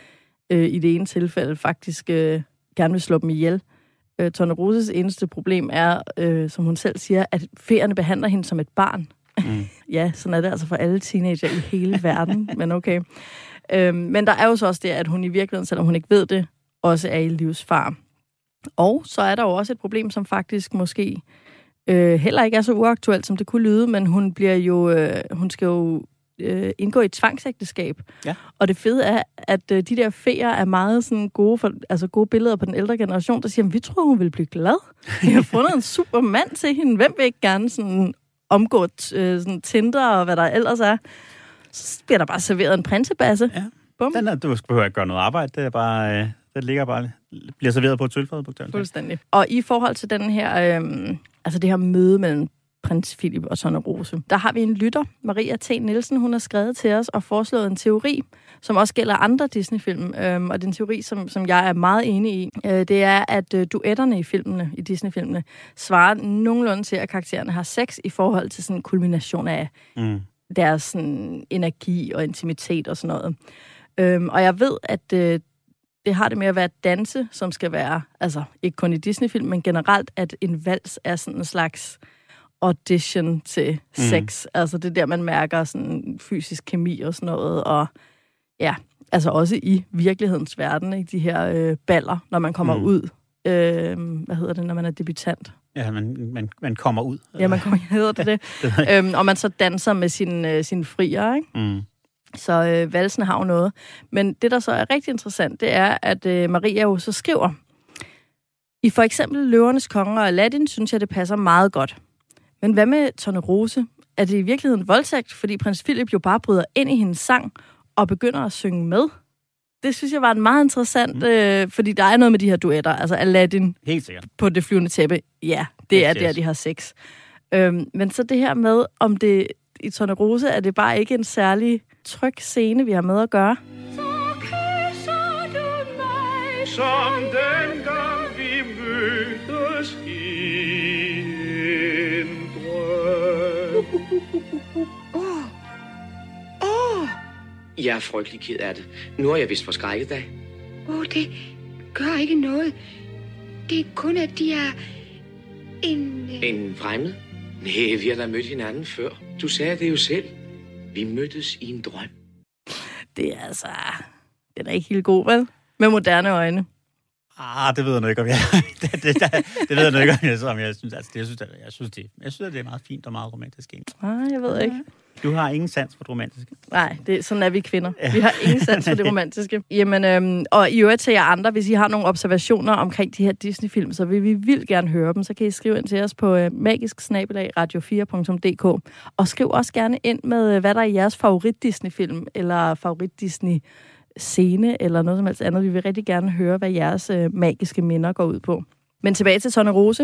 øh, i det ene tilfælde faktisk øh, gerne vil slå dem ihjel. Øh, Torneroses eneste problem er, øh, som hun selv siger, at feerne behandler hende som et barn. Mm. Ja, sådan er det altså for alle teenager i hele verden, men okay. Øh, men der er jo så også det, at hun i virkeligheden, selvom hun ikke ved det, også er i livsfare. Og så er der jo også et problem, som faktisk måske øh, heller ikke er så uaktuelt, som det kunne lyde, men hun bliver jo, øh, hun skal jo øh, indgå i et tvangsægteskab. Ja. Og det fede er, at øh, de der feer er meget sådan gode, for, altså gode billeder på den ældre generation, der siger, vi tror, hun vil blive glad. Vi har fundet en super mand til hende. Hvem vil ikke gerne sådan omgå øh, sådan Tinder og hvad der ellers er? Så bliver der bare serveret en prinsebasse. Ja. Bum. Den er, du behøver ikke gøre noget arbejde. Det er bare... Øh... Det ligger bare, bliver serveret på et sølvfad. Fuldstændig. Og i forhold til den her, øh, altså det her møde mellem prins Philip og Tornerose, der har vi en lytter, Maria T. Nielsen, hun har skrevet til os og foreslået en teori, som også gælder andre Disney-film, øh, og den teori, som, som jeg er meget enig i, øh, det er, at øh, duetterne i filmene, i Disney-filmene, svarer nogenlunde til, at karaktererne har sex i forhold til sådan en kulmination af mm. deres sådan, energi og intimitet og sådan noget. Øh, og jeg ved, at øh, det har det med at være danse, som skal være, altså ikke kun i Disney-film, men generelt, at en vals er sådan en slags audition til sex. Mm. Altså det der, man mærker sådan fysisk kemi og sådan noget, og ja, altså også i virkelighedens verden, ikke? De her øh, baller, når man kommer mm. ud. Øh, hvad hedder det, når man er debutant? Ja, man, man, man kommer ud. Ja, man kommer, hedder det det. det øhm, og man så danser med sine øh, sin frier, ikke? Mm. Så øh, valsen har jo noget. Men det, der så er rigtig interessant, det er, at øh, Maria jo så skriver, i for eksempel Løvernes Konge og Aladdin, synes jeg, det passer meget godt. Men hvad med Tornerose? Er det i virkeligheden voldtægt, fordi prins Philip jo bare bryder ind i hendes sang og begynder at synge med? Det synes jeg var en meget interessant, mm. øh, fordi der er noget med de her duetter. Altså Aladdin helt sikkert på det flyvende tæppe. Ja, det er der, de har sex. Øhm, men så det her med, om det i Tornerose er det bare ikke en særlig tryg scene, vi har med at gøre. Så kysser du mig, som dengang vi mødtes i en drøm. Åh, åh! Jeg er frygtelig ked af det. Nu er jeg vist forskrækket da. Åh, oh, det gør ikke noget. Det er kun, at de er en... En fremmed? Nej, vi har da mødt hinanden før. Du sagde det jo selv. Vi mødtes i en drøm. Det er altså... Det er da ikke helt god, vel? Med moderne øjne. Ah, det ved jeg nu ikke, om jeg... det, det, det, det ved jeg nu ikke, om jeg, om jeg synes. Altså, det, jeg, synes, det, jeg, synes, det, jeg synes, det er meget fint og meget romantisk. Nej, jeg ved ikke. Du har ingen sans for det romantiske. Nej, det, sådan er vi kvinder. Vi har ingen sans for det romantiske. Jamen, øhm, og i øvrigt til jer andre, hvis I har nogle observationer omkring de her Disney-film, så vil vi vildt gerne høre dem. Så kan I skrive ind til os på øh, magisk snabel-a radio fire punktum d k. Og skriv også gerne ind med, hvad der er jeres favorit-Disney-film, eller favorit-Disney-scene, eller noget som helst andet. Vi vil rigtig gerne høre, hvad jeres øh, magiske minder går ud på. Men tilbage til Tornerose.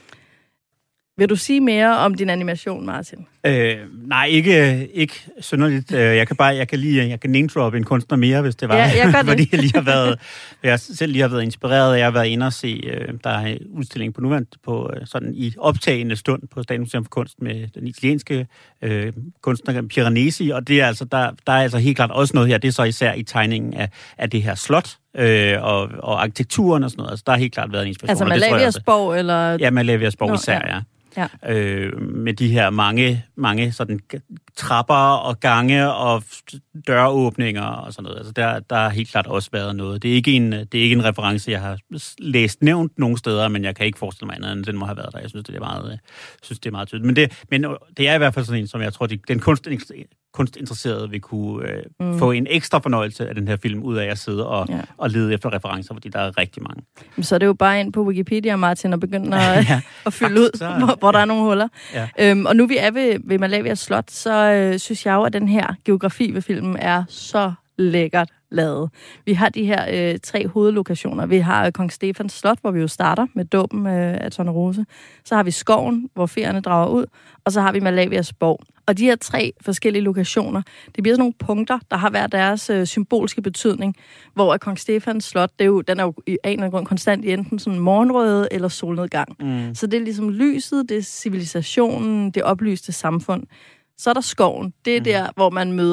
Vil du sige mere om din animation, Martin? Øh, nej, ikke, ikke synderligt. Jeg kan bare, jeg kan lige, jeg kan name-droppe en kunstner mere, hvis det var. Ja, jeg gør det. Fordi jeg lige har været, jeg selv lige har været inspireret, og jeg har været inde og se, der er en udstilling på nuværende, på sådan i optagende stund på Statens Museum for Kunst med den italienske øh, kunstner Piranesi, og det er altså, der, der er altså helt klart også noget her, det er så især i tegningen af, af det her slot, øh, og, og arkitekturen og sådan noget. Altså, der har helt klart været en inspiration. Altså Malavias borg, eller? Ja, Malavias borg især, ja. ja. Ja. Øh, med de her mange, mange sådan trapper og gange og døråbninger og sådan noget. Altså der, der har helt klart også været noget. Det er ikke en, det er ikke en reference, jeg har læst nævnt nogle steder, men jeg kan ikke forestille mig andet, end den må have været der. Jeg synes, det er meget, jeg synes, det er meget tydeligt. Men det, men det er i hvert fald sådan en, som jeg tror, de, den kunst, kunstinteresserede vil kunne øh, mm. få en ekstra fornøjelse af den her film, ud af at sidde og, ja. og lede efter referencer, fordi der er rigtig mange. Så er det jo bare ind på Wikipedia, Martin, og begynder at, ja, at fylde faktisk, ud, så, hvor, hvor der er nogle huller. Ja. Øhm, og nu vi er ved, ved Malavias slot, så øh, synes jeg jo, at den her geografi ved filmen er så lækkert lavet. Vi har de her øh, tre hovedlokationer. Vi har øh, Kong Stefans slot, hvor vi jo starter med dåben øh, af Tornerose. Så har vi skoven, hvor feerne drager ud. Og så har vi Malavias borg. Og de her tre forskellige lokationer, det bliver sådan nogle punkter, der har hver deres øh, symbolske betydning. Hvor Kong Stefans slot, det er jo, den er jo i en eller anden grund konstant i enten sådan morgenrøde eller solnedgang. Mm. Så det er ligesom lyset, det er civilisationen, det oplyste samfund. Så er der skoven. Det er mm. der, hvor man møder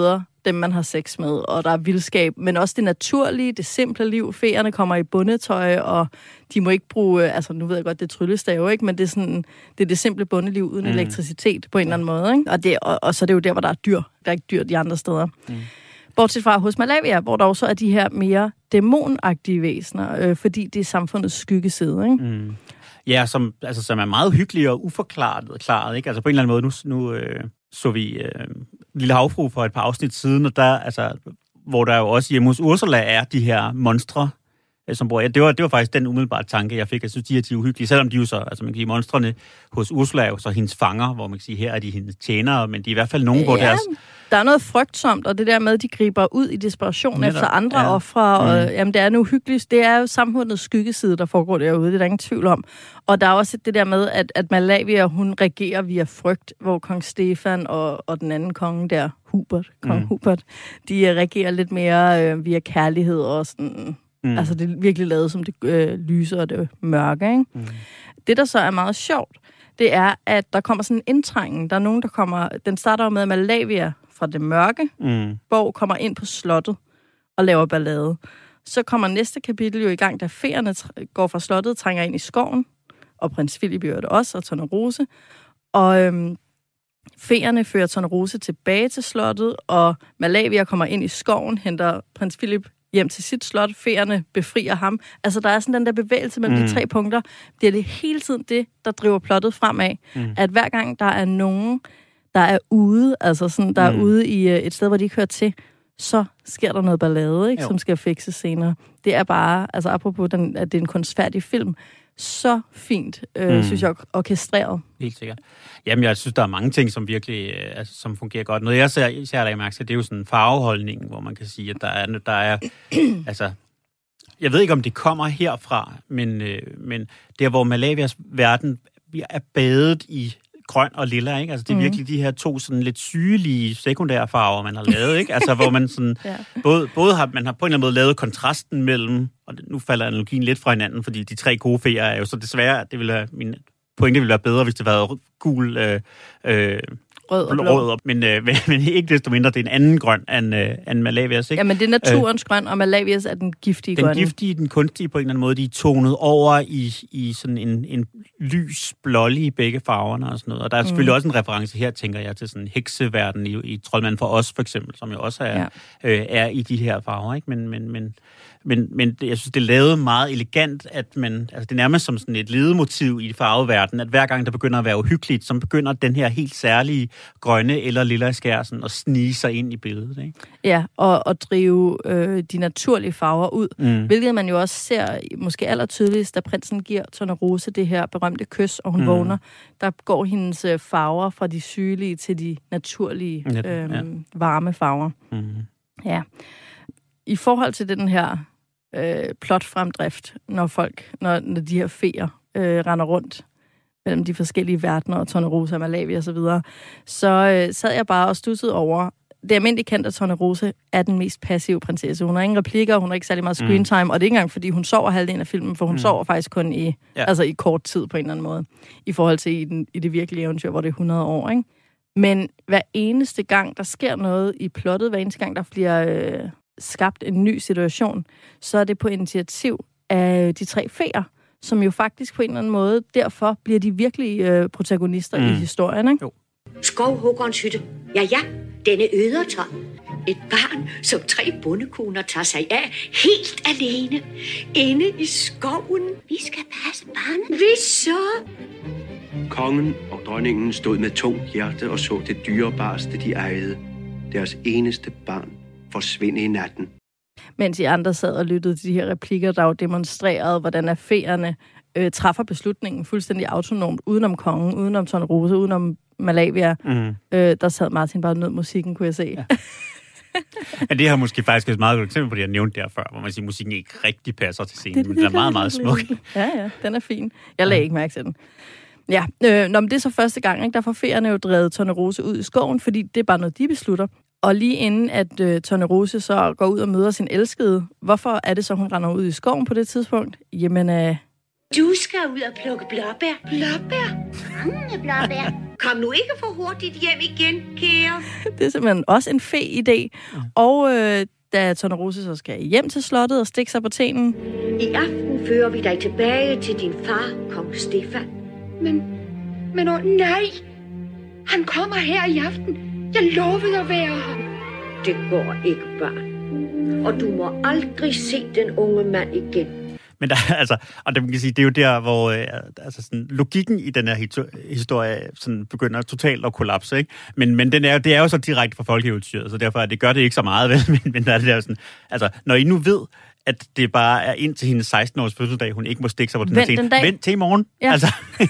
dem, man har sex med, og der er vildskab, men også det naturlige, det simple liv. Feerne kommer i bondetøj, og de må ikke bruge, altså nu ved jeg godt, det er tryllestave, ikke? Men det er sådan, det er det simple bondeliv uden mm. elektricitet på en eller anden måde, ikke? Og, det, og, og så er det jo der, hvor der er dyr. Der er ikke dyr de andre steder. Mm. Bortset fra hos Malavia, hvor der også er de her mere dæmonagtige væsener, øh, fordi det er samfundets skyggeside, ikke? Mm. Ja, som, altså, som er meget hyggelig og uforklaret, klaret, ikke? Altså på en eller anden måde, nu, nu øh, så vi øh, Lille Havfrue for et par afsnit siden, og der, altså, hvor der jo også hjemme hos Ursula er de her monstre, øh, som bor. Ja, det var, det var faktisk den umiddelbare tanke, jeg fik. Jeg synes, de her de er uhyggelige, selvom de jo så, altså man kan sige, monstrene hos Ursula er jo så hendes fanger, hvor man kan sige, her er de hendes tjenere, men de er i hvert fald nogen, hvor ja. deres... Der er noget frygtsomt, og det der med, at de griber ud i desperation Netop. efter andre ja. ofre, og mm. jamen, det er nu hyggeligt. Det er jo samfundets skyggeside, der foregår derude, det er der ingen tvivl om. Og der er også det der med, at, at Malavia, hun regerer via frygt, hvor kong Stefan og, og den anden konge der, Hubert, kong mm. Hubert, de regerer lidt mere øh, via kærlighed og sådan... Mm. Altså, det er virkelig lavet som det øh, lyse og det mørke, ikke? Mm. Det, der så er meget sjovt, det er, at der kommer sådan en indtrængen. Der er nogen, der kommer... Den starter jo med, at Malavia fra det mørke mm. borg kommer ind på slottet og laver ballade. Så kommer næste kapitel jo i gang, da feerne går fra slottet, trænger ind i skoven, og prins Philip gør det også, og Tornerose. Og øhm, feerne fører Tornerose tilbage til slottet, og Malavia kommer ind i skoven, henter prins Philip hjem til sit slot. Feerne befrier ham. Altså, der er sådan den der bevægelse mellem mm. de tre punkter. Det er det hele tiden det, der driver plottet fremad. Mm. At hver gang der er nogen, der er ude, altså sådan, der mm. er ude i et sted, hvor de ikke hører til, så sker der noget ballade, ikke, som skal fikses senere. Det er bare, altså apropos, den, at det er en kunstfærdig film, så fint, øh, mm. synes jeg, orkestreret. Helt sikkert. Jamen, jeg synes, der er mange ting, som virkelig øh, altså, som fungerer godt. Noget, jeg ser, især der i mærke til, det er jo sådan en farveholdning, hvor man kan sige, at der er, der er altså, jeg ved ikke, om det kommer herfra, men, øh, men der, hvor Malavias verden er badet i grøn og lilla, ikke? Altså, det er virkelig mm. de her to sådan lidt sygelige sekundære farver, man har lavet, ikke? Altså, hvor man sådan, ja. både, både har, man har på en eller anden måde lavet kontrasten mellem, og nu falder analogien lidt fra hinanden, fordi de tre gode feer er jo så desværre, det ville have, min pointe ville være bedre, hvis det var gul, øh, øh, rød og blå. Rød, men, øh, men ikke desto mindre, det er en anden grøn end, øh, end Malavias, ikke? Ja, men det er naturens øh, grøn, og Malavias er den giftige grøn. Den giftige, den kunstige på en eller anden måde, de er tonet over i, i sådan en, en lys blålig i begge farverne og sådan noget. Og der er selvfølgelig mm. også en reference her, tænker jeg, til sådan en hekseverden i, i Troldmanden for os, for eksempel, som jo også er, ja. øh, er i de her farver, ikke? Men, men, men, men, men det, jeg synes, det er lavet meget elegant, at man, altså det er nærmest som sådan et ledemotiv i farveverdenen, at hver gang der begynder at være uhyggeligt, så begynder den her helt særlige grønne eller lilla skærsen og snige sig ind i billedet, ikke? Ja, og, og drive øh, de naturlige farver ud, mm. hvilket man jo også ser måske allertydeligst, da prinsen giver Tornerose det her berømte kys, og hun mm. vågner. Der går hendes farver fra de sygelige til de naturlige øh, ja. varme farver. Mm. Ja. I forhold til den her øh, plotfremdrift, når folk, når, når de her feer øh, render rundt mellem de forskellige verdener, og Tornerose og Malavia og så videre, så øh, sad jeg bare og studsede over. Det er almindeligt kendt, at Tornerose er den mest passive prinsesse. Hun har ingen replikker, hun har ikke særlig meget screen time, mm. og det er ikke engang, fordi hun sover halvdelen af filmen, for hun mm. sover faktisk kun i, ja. altså i kort tid på en eller anden måde, i forhold til i, den, i det virkelige eventyr, hvor det er hundrede år, ikke? Men hver eneste gang, der sker noget i plottet, hver eneste gang, der bliver øh, skabt en ny situation, så er det på initiativ af de tre feer, som jo faktisk på en eller anden måde, derfor bliver de virkelige øh, protagonister mm. i historien, ikke? Jo. Skovhuggerens hytte. Ja, ja, denne ødertom. Et barn, som tre bondekoner tager sig af, helt alene, inde i skoven. Vi skal passe barnet. Vi så? Kongen og dronningen stod med tungt hjerte og så det dyrebarste, de ejede. Deres eneste barn forsvinde i natten. Mens I andre sad og lyttede til de her replikker, der jo demonstrerede, hvordan affærerne øh, træffer beslutningen fuldstændig autonomt, udenom kongen, udenom Tornerose, udenom Malavia. Mm. Øh, der sad Martin bare nød musikken, kunne jeg se. Ja. Men det har måske faktisk et meget godt eksempel på det, jeg nævnte der før, hvor man siger, at musikken ikke rigtig passer til scenen, det, men den er meget, meget smuk. Ja, ja, den er fin. Jeg lagde ikke mærke til den. Ja, øh, når det er så første gang, ikke, der får feerne jo drevet Tornerose ud i skoven, fordi det er bare noget, de beslutter. Og lige inden, at øh, Tornerose så går ud og møder sin elskede, hvorfor er det så, hun render ud i skoven på det tidspunkt? Jamen, øh... Du skal ud og plukke blåbær. Blåbær? Mange blåbær. Kom nu ikke for hurtigt hjem igen, kære. Det er simpelthen også en fed idé. Ja. Og øh, da Tornerose så skal hjem til slottet og stikke sig på tenen. I aften fører vi dig tilbage til din far, kong Stefan. Men, men åh nej! Han kommer her i aften. Jeg lovede at være ham. Det går ikke, barn. Og du må aldrig se den unge mand igen. Men der, altså, og det, man kan sige, det er jo der, hvor øh, altså sådan, logikken i den her historie sådan, begynder totalt at kollapse, ikke? Men, men den er, det er jo så direkte fra folkeeventyret, så derfor det gør det ikke så meget, vel? Men, men der er det der sådan, altså, når I nu ved, at det bare er indtil hendes seksten-års fødselsdag, hun ikke må stikke sig på den her scene. Vent til i morgen. Ja. Altså,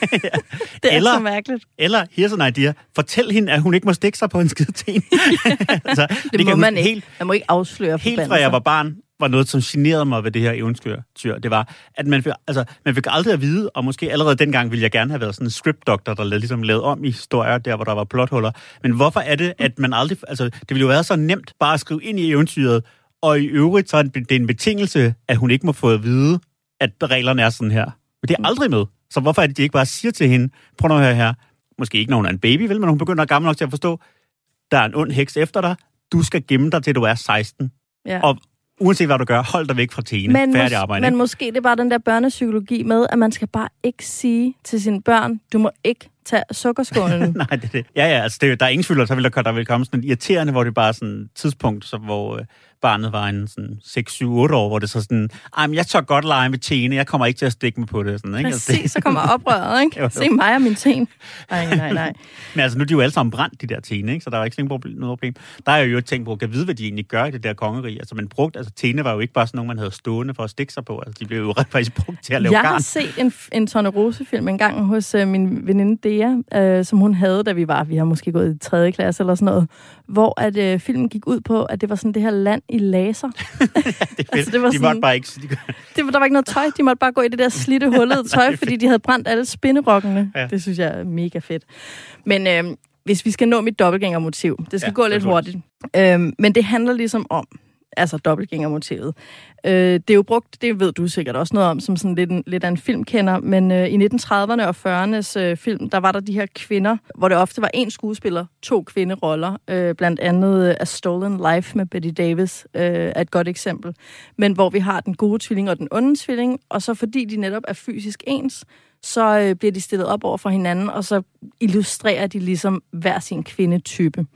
det er eller, så mærkeligt. Eller, here's an idea, fortæl hende, at hun ikke må stikke sig på en skide ten. altså, det, det må man ikke. Helt, man må ikke afsløre helt fra jeg var barn, var noget, som generede mig ved det her eventyr. Det var, at man fik, altså, man fik aldrig at vide, og måske allerede dengang ville jeg gerne have været sådan en script doctor, der lavede, ligesom lavede om i historier, der hvor der var plothuller. Men hvorfor er det, at man aldrig... Altså, det ville jo være så nemt bare at skrive ind i eventyret, og i øvrigt så er det en betingelse, at hun ikke må få at vide, at reglerne er sådan her. Men det er aldrig med. Så hvorfor er det, de ikke bare siger til hende, prøv nu at høre her, måske ikke når hun er en baby, vel, men hun begynder at gammel nok til at forstå, der er en ond heks efter dig, du skal gemme dig til du er seksten. Ja. Og uanset hvad du gør, hold dig væk fra Tene. Men, Færdig arbejde. Men måske det er bare den der børnepsykologi med, at man skal bare ikke sige til sine børn, du må ikke tage sukkerskålen. Nej, det er det. Ja, ja, altså det, der er ingen tvivl, så vil der, der vil komme sådan et irriterende, hvor det bare er sådan et tidspunkt, så, hvor øh, barnet var en sådan seks, syv, otte år, hvor det så sådan, ej, men jeg tør godt lege med Tene, jeg kommer ikke til at stikke mig på det. Sådan, ikke? Præcis, altså, så kommer oprøret, ikke? Jo, jo. Se mig og min ten. Nej, nej, nej. Men altså, nu er de jo alle sammen brændt, de der Tene, ikke? Så der er ikke noget problem. Der er jo et tænkt på, at vide, hvad de egentlig gør i det der kongerige. Altså, man brugte, altså Tene var jo ikke bare sådan nogen, man havde stående for at stikke sig på. Altså, de blev jo faktisk brugt til at lave jeg garn. Jeg har set en, en Tornerose-film en gang hos øh, min veninde Dea, øh, som hun havde, da vi var, vi har måske gået i tredje klasse eller sådan noget, hvor at øh, filmen gik ud på, at det var sådan det her land i laser. ja, det er altså, det var de sådan, måtte bare ikke... De... det var, der var ikke noget tøj, de måtte bare gå i det der slidte hullede tøj, fordi de havde brændt alle spinderokkene. Ja. Det synes jeg er mega fedt. Men øh, hvis vi skal nå mit dobbeltgængermotiv, det skal ja, gå lidt hurtigt. Øh, men det handler ligesom om, altså dobbeltgængermotivet. Øh, det er jo brugt, det ved du sikkert også noget om, som sådan lidt, en, lidt af en filmkender, men øh, i nitten trediverne og fyrreernes øh, film, der var der de her kvinder, hvor det ofte var én skuespiller, to kvinderoller, øh, blandt andet øh, A Stolen Life med Bette Davis øh, er et godt eksempel, men hvor vi har den gode tvilling og den onde tvilling, og så fordi de netop er fysisk ens, så øh, bliver de stillet op over for hinanden, og så illustrerer de ligesom hver sin kvindetype.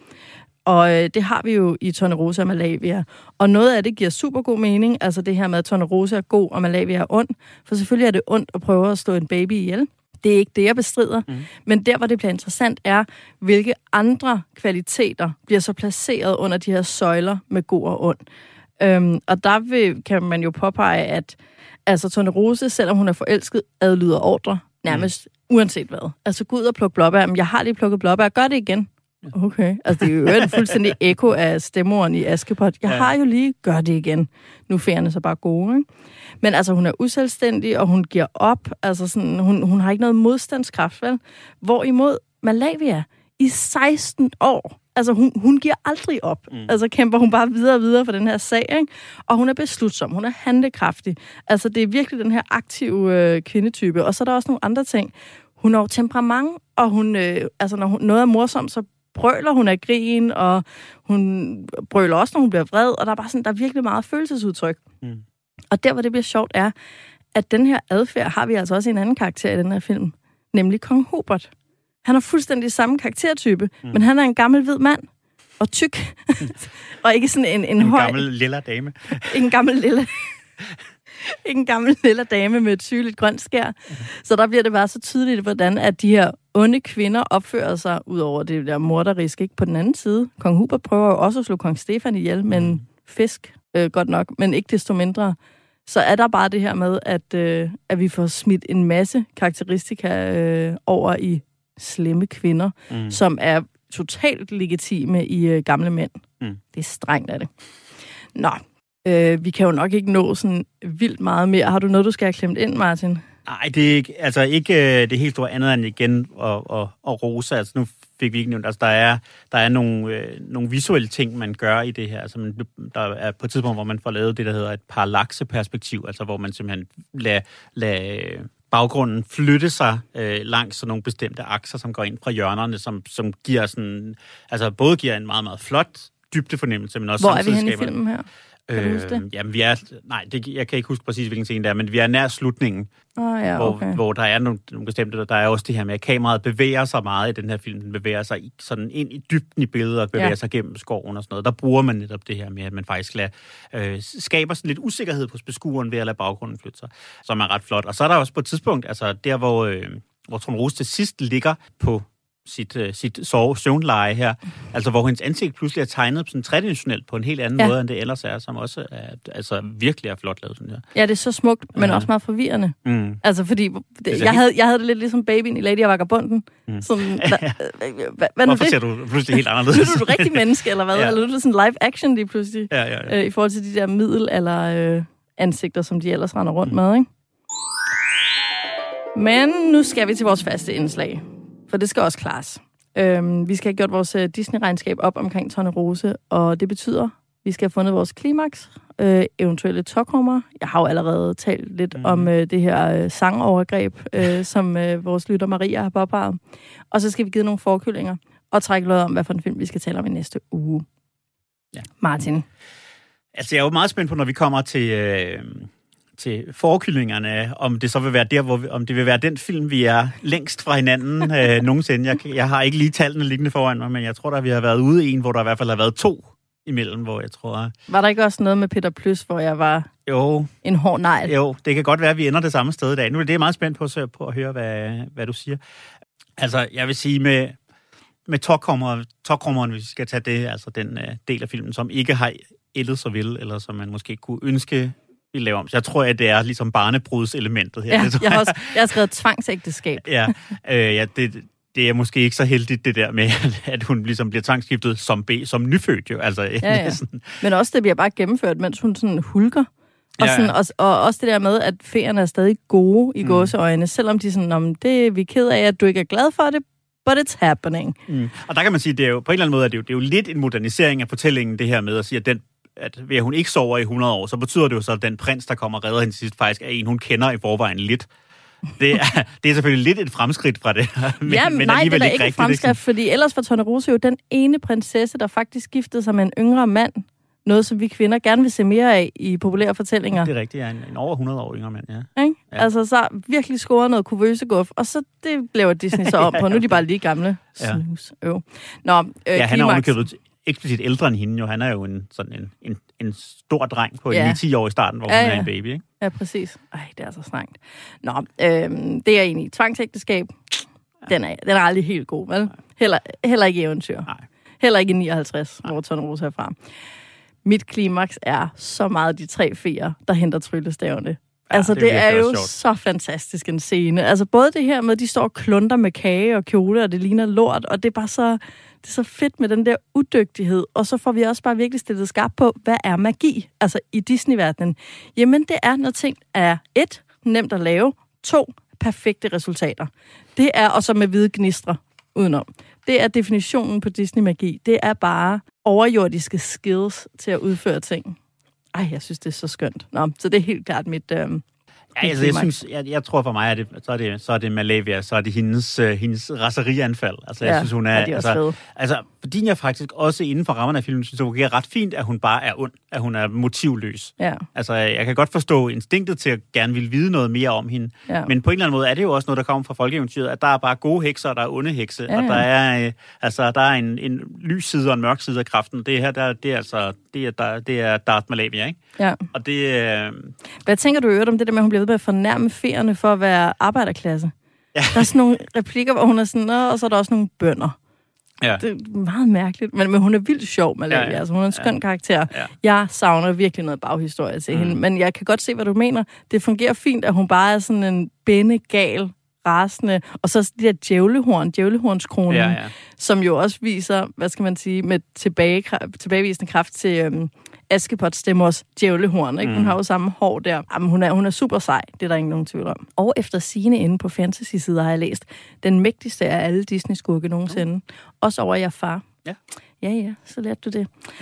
Og øh, det har vi jo i Tornerose og Malavia. Og noget af det giver super god mening, altså det her med, at Tornerose er god og Malavia er ond. For selvfølgelig er det ondt at prøve at slå en baby ihjel. Det er ikke det, jeg bestrider. Mm. Men der, hvor det bliver interessant, er, hvilke andre kvaliteter bliver så placeret under de her søjler med god og ond. Øhm, og der vil, kan man jo påpege, at altså, Tornerose, selvom hun er forelsket, adlyder ordre nærmest mm. uanset hvad. Altså gå ud og plukke blåbær. Men jeg har lige plukket blåbær. Gør det igen. Okay, altså det er jo et fuldstændig ekko af stemmoren i Askepot. Jeg har jo lige, gør det igen. Nu er ferierne så bare gode, ikke? Men altså, hun er uselvstændig, og hun giver op. Altså sådan, hun, hun har ikke noget modstandskraft, vel? Hvorimod Malavia i seksten år, altså hun, hun giver aldrig op. Mm. Altså kæmper hun bare videre og videre for den her sag, ikke? Og hun er beslutsom, hun er handlekraftig. Altså det er virkelig den her aktive øh, kvindetype. Og så er der også nogle andre ting. Hun har jo temperament, og hun, øh, altså når hun, noget er morsomt, så brøler hun af grin, og hun brøler også, når hun bliver vred, og der er bare sådan, der er virkelig meget følelsesudtryk. Mm. Og der, hvor det bliver sjovt, er, at den her adfærd har vi altså også en anden karakter i den her film, nemlig Kong Hubert. Han har fuldstændig samme karaktertype, mm. men han er en gammel hvid mand, og tyk, og ikke sådan en, en, en høj... En gammel lilla dame. En gammel lilla... en gammel lilla dame med et sygeligt grønt skær. Mm. Så der bliver det bare så tydeligt, hvordan at de her onde kvinder opfører sig, ud over det der morderisk, ikke? På den anden side. Kong Hubert prøver jo også at slå kong Stefan ihjel, men mm. fisk, øh, godt nok, men ikke desto mindre. Så er der bare det her med, at, øh, at vi får smidt en masse karakteristika øh, over i slemme kvinder, mm. som er totalt legitime i øh, gamle mænd. Mm. Det er strengt af det. Nå, øh, vi kan jo nok ikke nå sådan vildt meget mere. Har du noget, du skal have klemt ind, Martin? Nej, det er ikke, altså ikke det helt store andet end igen og, og, og rose. Altså nu fik vi ikke nævnt, altså der er, der er nogle, øh, nogle visuelle ting, man gør i det her. Altså man, der er på et tidspunkt, hvor man får lavet det, der hedder et parallakseperspektiv, altså hvor man simpelthen lader, lader baggrunden flytte sig øh, langs sådan nogle bestemte akser, som går ind fra hjørnerne, som, som giver sådan, altså både giver en meget, meget flot dybdefornemmelse, men også Hvor er vi samtidig henne i skaber... filmen her? Kan du huske det? Øh, jamen, vi er... Nej, det, jeg kan ikke huske præcis, hvilken scene det er, men vi er nær slutningen, oh, ja, okay. hvor, hvor der er nogle, nogle bestemte... Der er også det her med, at kameraet bevæger sig meget i den her film. Den bevæger sig i, sådan ind i dybden i billedet og bevæger ja. sig gennem skoven og sådan noget. Der bruger man netop det her med, at man faktisk lader, øh, skaber sådan lidt usikkerhed hos beskueren ved at lade baggrunden flytte sig, som er ret flot. Og så er der også på et tidspunkt, altså der, hvor, øh, hvor Tornerose til sidst ligger på sit, uh, sit sove, søvnleje her, altså hvor hendes ansigt pludselig er tegnet sådan tredimensionelt på en helt anden ja. måde, end det ellers er, som også er, altså virkelig er flot lavet, synes jeg. Ja, det er så smukt, men ja. også meget forvirrende. Mm. Altså fordi, det, det jeg, helt... havde, jeg havde det lidt ligesom babyen i Lady og Vagabunden. Sådan, ja. da, hvad, hvad Hvorfor det? ser du pludselig helt anderledes? Nu er du et rigtigt menneske, eller hvad? Ja. Eller nu er du sådan live action lige pludselig, ja, ja, ja. Øh, i forhold til de der middel- eller øh, ansigter, som de ellers render rundt mm. med, ikke? Men nu skal vi til vores faste indslag, for det skal også klares. Øhm, vi skal have gjort vores Disney-regnskab op omkring Tornerose, og det betyder, at vi skal have fundet vores klimaks, øh, eventuelle tokhummer. Jeg har jo allerede talt lidt mm. om øh, det her øh, sangovergreb, øh, som øh, vores lytter Maria har påpeget. Og så skal vi give nogle forkyllinger og trække noget om, hvad for en film vi skal tale om i næste uge. Ja. Martin? Altså, jeg er jo meget spændt på, når vi kommer til... Øh... til forkyllingerne, om det så vil være der, hvor vi, om det vil være den film, vi er længst fra hinanden øh, nogensinde. Jeg, jeg har ikke lige tallene liggende foran mig, men jeg tror, at vi har været ude i en, hvor der i hvert fald har været to imellem, hvor jeg tror... Var der ikke også noget med Peter Plys, hvor jeg var jo, en hård negl? Jo, det kan godt være, at vi ender det samme sted i dag. Nu er det meget spændt på, så, på at høre, hvad, hvad du siger. Altså, jeg vil sige med, med tokhummeren, hvis vi skal tage det, altså den uh, del af filmen, som ikke har ældet så vel, eller som man måske kunne ønske vi laver om. Så jeg tror, at det er ligesom barnebrudselementet her. Ja, jeg har, også, jeg har skrevet tvangsægteskab. ja, øh, ja det, det er måske ikke så heldigt, det der med, at hun ligesom bliver tvangsskiftet som B, som nyfødt jo. Altså, ja, ja. Men også det bliver bare gennemført, mens hun sådan hulker. Og, sådan, ja, ja. Og, og også det der med, at feerne er stadig gode i mm. gåseøjne, selvom de sådan, om det er vi ked af, at du ikke er glad for det, but it's happening. Mm. Og der kan man sige, det er jo på en eller anden måde, at det er jo, det er jo lidt en modernisering af fortællingen, det her med at sige, at den at ved at hun ikke sover i hundrede år, så betyder det jo så, at den prins, der kommer og redder hende sidst, faktisk er en, hun kender i forvejen lidt. Det er, det er selvfølgelig lidt et fremskridt fra det. Men, ja, men nej, det er da ikke et fremskridt, fordi ellers var Tornerose jo den ene prinsesse, der faktisk giftede sig med en yngre mand. Noget, som vi kvinder gerne vil se mere af i populære fortællinger. Det er rigtigt, ja. En, en over hundrede år yngre mand, ja. ja. Altså, så virkelig scoret noget kuvøseguf, og så det blev Disney så om på. Nu er de bare lige gamle. Snus. Ja. Øv. Nå, øh, ja, han er ovenikøbet eksplicit ældre end hende jo. Han er jo en, sådan en, en, en stor dreng på ja. ni til ti år i starten, hvor ja, hun er ja. en baby, ikke? Ja, præcis. Ej, det er så snakkt. Nå, øh, det er egentlig tvangsægteskab. Ja. Den, er, den er aldrig helt god, vel? Heller, heller ikke eventyr. Nej. Heller ikke i nioghalvtreds, Nej. hvor Tornerose er fra. Mit klimaks er så meget de tre feer, der henter tryllestavene. Ja, altså, det, det er jo så fantastisk en scene. Altså, både det her med, at de står og klunter med kage og kjole, og det ligner lort, og det er bare så, det er så fedt med den der udygtighed. Og så får vi også bare virkelig stillet skarpt på, hvad er magi? Altså, i Disney-verdenen. Jamen, det er, når ting er et, nemt at lave, to, perfekte resultater. Det er, og så med hvide gnistre udenom. Det er definitionen på Disney-magi. Det er bare overjordiske skills til at udføre ting. Ej, jeg synes, det er så skønt. Nå, så det er helt klart mit... Øhm, ja, altså, jeg, synes, jeg, jeg tror for mig, at det, så, er det, så er det Malavia, så er det hendes, uh, hendes raserianfald. Altså, jeg ja, synes, hun er... er altså, altså, fordi jeg faktisk også inden for rammerne af filmen, synes, det er ret fint, at hun bare er ond. At hun er motivløs. Ja. Altså, jeg kan godt forstå instinktet til at gerne ville vide noget mere om hende. Ja. Men på en eller anden måde er det jo også noget, der kommer fra folkeeventyret, at der er bare gode hekser, og der er onde hekse. Ja, ja. Og der er, øh, altså, der er en, en lys side og en mørk side af kraften. Det her, der, det er altså... Det er, der, det er Darth Malavia, ikke? Ja. Og det... Øh... Hvad tænker du i øvrigt om det der med, at hun bliver ved med at fornærme feerne for at være arbejderklasse? Ja. Der er sådan nogle replikker, hvor hun er sådan, og så er der også nogle bønder. Ja. Det er meget mærkeligt, men, men hun er vildt sjov, Malavia. Ja, ja. Altså, hun er en skøn ja. karakter. Ja. Jeg savner virkelig noget baghistorie til mm. hende, men jeg kan godt se, hvad du mener. Det fungerer fint, at hun bare er sådan en bændegal, rasende, og så de der djævlehorn, djævlehornskronen, ja, ja. som jo også viser, hvad skal man sige, med tilbage, tilbagevisende kraft til øhm, Askepot Stemmers djævlehorn, ikke? Mm. Hun har jo samme hår der. Jamen, hun er, hun er super sej, det er der ikke nogen tvivl om. Og efter sigende inde på fantasy-sider har jeg læst, den mægtigste af alle Disney-skurke nogensinde. Mm. Også over Jafar. Ja. Ja, ja, så lærte du det. Ja.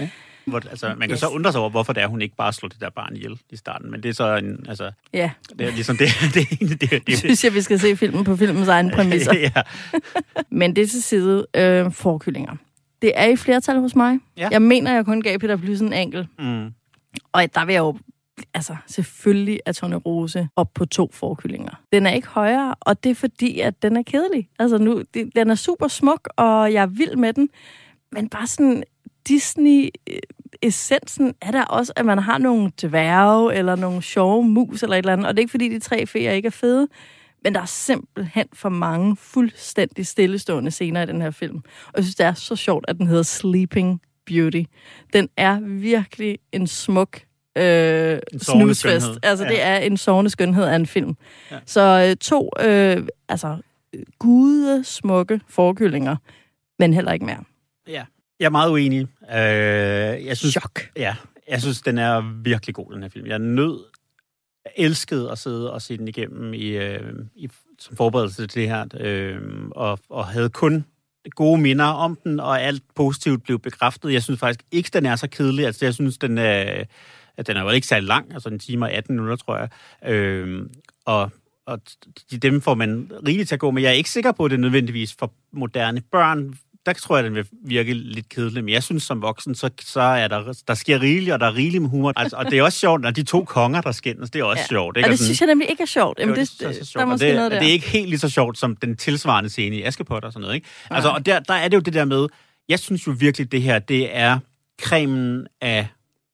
Hvor, altså, man kan Yes. så undre sig over, hvorfor det er, hun ikke bare slår det der barn ihjel i starten. Men det er så en, altså... Ja. Det er ligesom det. det, det, det, det synes jeg, vi skal se filmen på filmens egne præmisser. ja. Men det til side, øh, forkyllinger. Det er i flertal hos mig. Ja. Jeg mener, jeg kun gav Peter Plys en enkelt. Mm. Og der vil jeg jo... Altså, selvfølgelig er Tornerose op på to forkyllinger. Den er ikke højere, og det er fordi, at den er kedelig. Altså, nu, det, den er super smuk, og jeg er vild med den. Men bare sådan Disney-essensen er der også, at man har nogle dværge, eller nogle sjove mus, eller et eller andet. Og det er ikke fordi, de tre feer ikke er fede, men der er simpelthen for mange fuldstændig stillestående scener i den her film. Og jeg synes, det er så sjovt, at den hedder Sleeping Beauty. Den er virkelig en smuk øh, snusfest. Altså, ja. Det er en sovende skønhed af en film. Ja. Så øh, to øh, altså, gude smukke forkyllinger, men heller ikke mere. Ja, jeg er meget uenig. Øh, jeg synes, Chok. Ja, jeg synes, den er virkelig god, den her film. Jeg er nød, elskede at sidde og se den igennem i, øh, i, som forberedelse til det her, øh, og, og havde kun gode minder om den, og alt positivt blev bekræftet. Jeg synes faktisk ikke, den er så kedelig. Altså, jeg synes, den er, at den er jo ikke særlig lang, altså en time og atten minutter, tror jeg. Øh, og og dem får man rigeligt til at gå, men jeg er ikke sikker på, at det er nødvendigvis for moderne børn. Der tror jeg, den vil virke lidt kedelig, men jeg synes, som voksen, så, så er der, der sker rigeligt, og der er rigeligt med humor. Altså, og det er også sjovt, når de to konger, der skændes, det er også ja. sjovt. Ikke? Og det synes jeg nemlig ikke er sjovt. Jamen, jo, det, det, det, er sjovt. der er måske det, noget der. det er ikke helt lige så sjovt, som den tilsvarende scene i Askepot og sådan noget. Ikke? Altså, og der, der er det jo det der med, jeg synes jo virkelig, det her, det er cremen af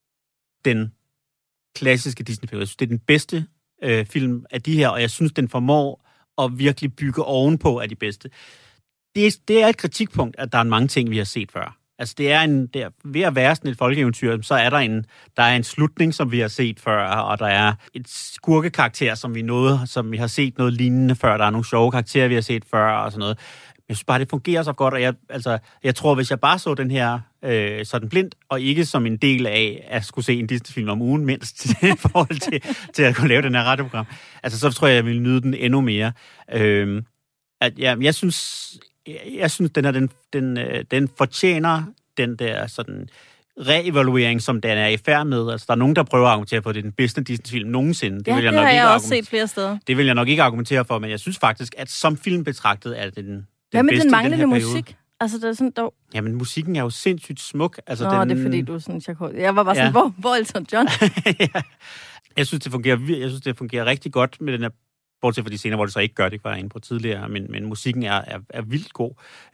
den klassiske Disney-film. Jeg synes, det er den bedste øh, film af de her, og jeg synes, den formår at virkelig bygge ovenpå af de bedste. Det er, det er et kritikpunkt, at der er mange ting, vi har set før. Altså, det er en, det er, ved at være sådan et folkeeventyr, så er der en, der er en slutning, som vi har set før, og der er et skurkekarakter, som vi, nåede, som vi har set noget lignende før. Der er nogle sjove karakterer, vi har set før, og sådan noget. Jeg synes bare, det fungerer så godt, og jeg, altså, jeg tror, hvis jeg bare så den her øh, sådan blindt, og ikke som en del af at skulle se en Disney-film om ugen, mindst i forhold til, til at kunne lave den her radioprogram, altså, så tror jeg, jeg ville nyde den endnu mere. Øh, at, ja, jeg synes... Jeg synes, den, er, den, den, den fortjener den der sådan reevaluering, som den er i færd med. Altså, der er nogen, der prøver at argumentere for, at det er den bedste Disney-film nogensinde. Det ja, vil jeg det nok har ikke jeg også set flere steder. Det vil jeg nok ikke argumentere for, men jeg synes faktisk, at som film betragtet er det den, den Hvad med bedste den i den her manglende periode. musik? Altså, der er sådan dog... Jamen, musikken er jo sindssygt smuk. Altså, Nå, den... det er fordi, du er sådan Tchaikovsky. Jeg var bare sådan, ja. hvor, hvor er Elton John? ja. Jeg synes, det fungerer, jeg synes, det fungerer rigtig godt med den her, bortset fra de scener, hvor det så ikke gør det, var jeg inde på tidligere, men, men musikken er, er, er vildt god.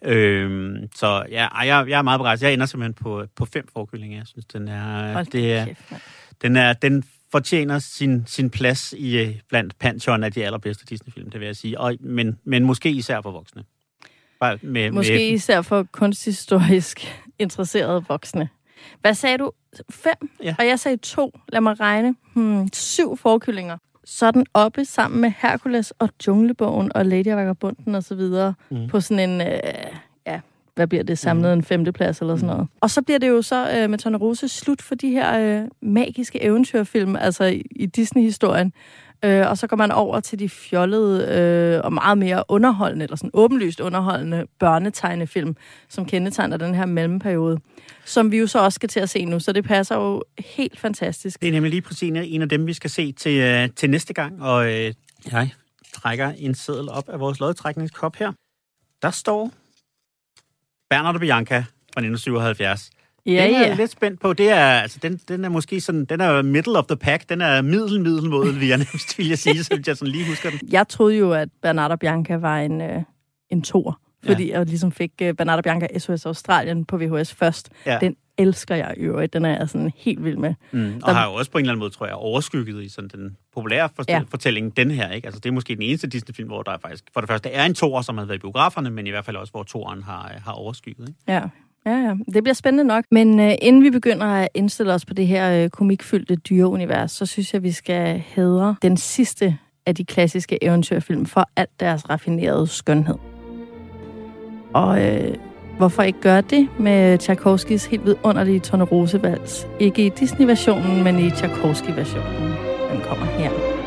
Øhm, så ja, jeg, jeg er meget begejstret. Jeg ender simpelthen på, på fem forkyllinger. Jeg synes, den er... Hold det er kæft, den, er, den fortjener sin, sin plads i blandt pantheon af de allerbedste Disney-film, det vil jeg sige. Og, men, men måske især for voksne. Bare med, Måske med, især for kunsthistorisk interesserede voksne. Hvad sagde du? Fem? Ja. Og jeg sagde to. Lad mig regne. Hmm, syv forkyllinger. Så er den oppe sammen med Hercules og Junglebogen og Lady og Vagabunden og så videre mm. på sådan en, øh, ja, hvad bliver det, samlet mm. en femteplads eller sådan noget. Og så bliver det jo så øh, med Tornerose slut for de her øh, magiske eventyrfilm, altså i, i Disney-historien. Øh, og så går man over til de fjollede øh, og meget mere underholdende, eller sådan åbenlyst underholdende børnetegnefilm, som kendetegner den her mellemperiode, som vi jo så også skal til at se nu, så det passer jo helt fantastisk. Det er nemlig lige præcis en af dem, vi skal se til, til næste gang, og øh, jeg trækker en seddel op af vores lodtrækningskop her. Der står Bernard og Bianca fra nitten syvoghalvfjerds. Ja, den er ja. jeg lidt spændt på. Det er, altså, den, den er måske sådan, den er middle of the pack. Den er middel, middel mod, vil jeg nærmest vil jeg sige, så jeg sådan lige husker den. Jeg troede jo, at Bernard og Bianca var en, øh, en toer, fordi ja. jeg ligesom fik uh, Bernard og Bianca S O S Australien på V H S først. Ja. Den elsker jeg i øvrigt. Den er jeg sådan helt vild med. Mm, og der har jo også på en eller anden måde, tror jeg, overskygget i sådan den populære fortæl- ja. fortælling, den her, ikke? Altså, det er måske den eneste Disney-film, hvor der faktisk for det første er en toer, som har været i biograferne, men i hvert fald også, hvor toeren har, har overskygget, ikke? Ja. Ja, ja. Det bliver spændende nok. Men øh, inden vi begynder at indstille os på det her øh, komikfyldte dyreunivers, så synes jeg, vi skal hædre den sidste af de klassiske eventyrfilm for alt deres raffinerede skønhed. Og øh, hvorfor ikke gøre det med Tchaikovskys helt vidunderlige Tornerose-vals? Ikke i Disney-versionen, men i Tchaikovsky-versionen. Den kommer her.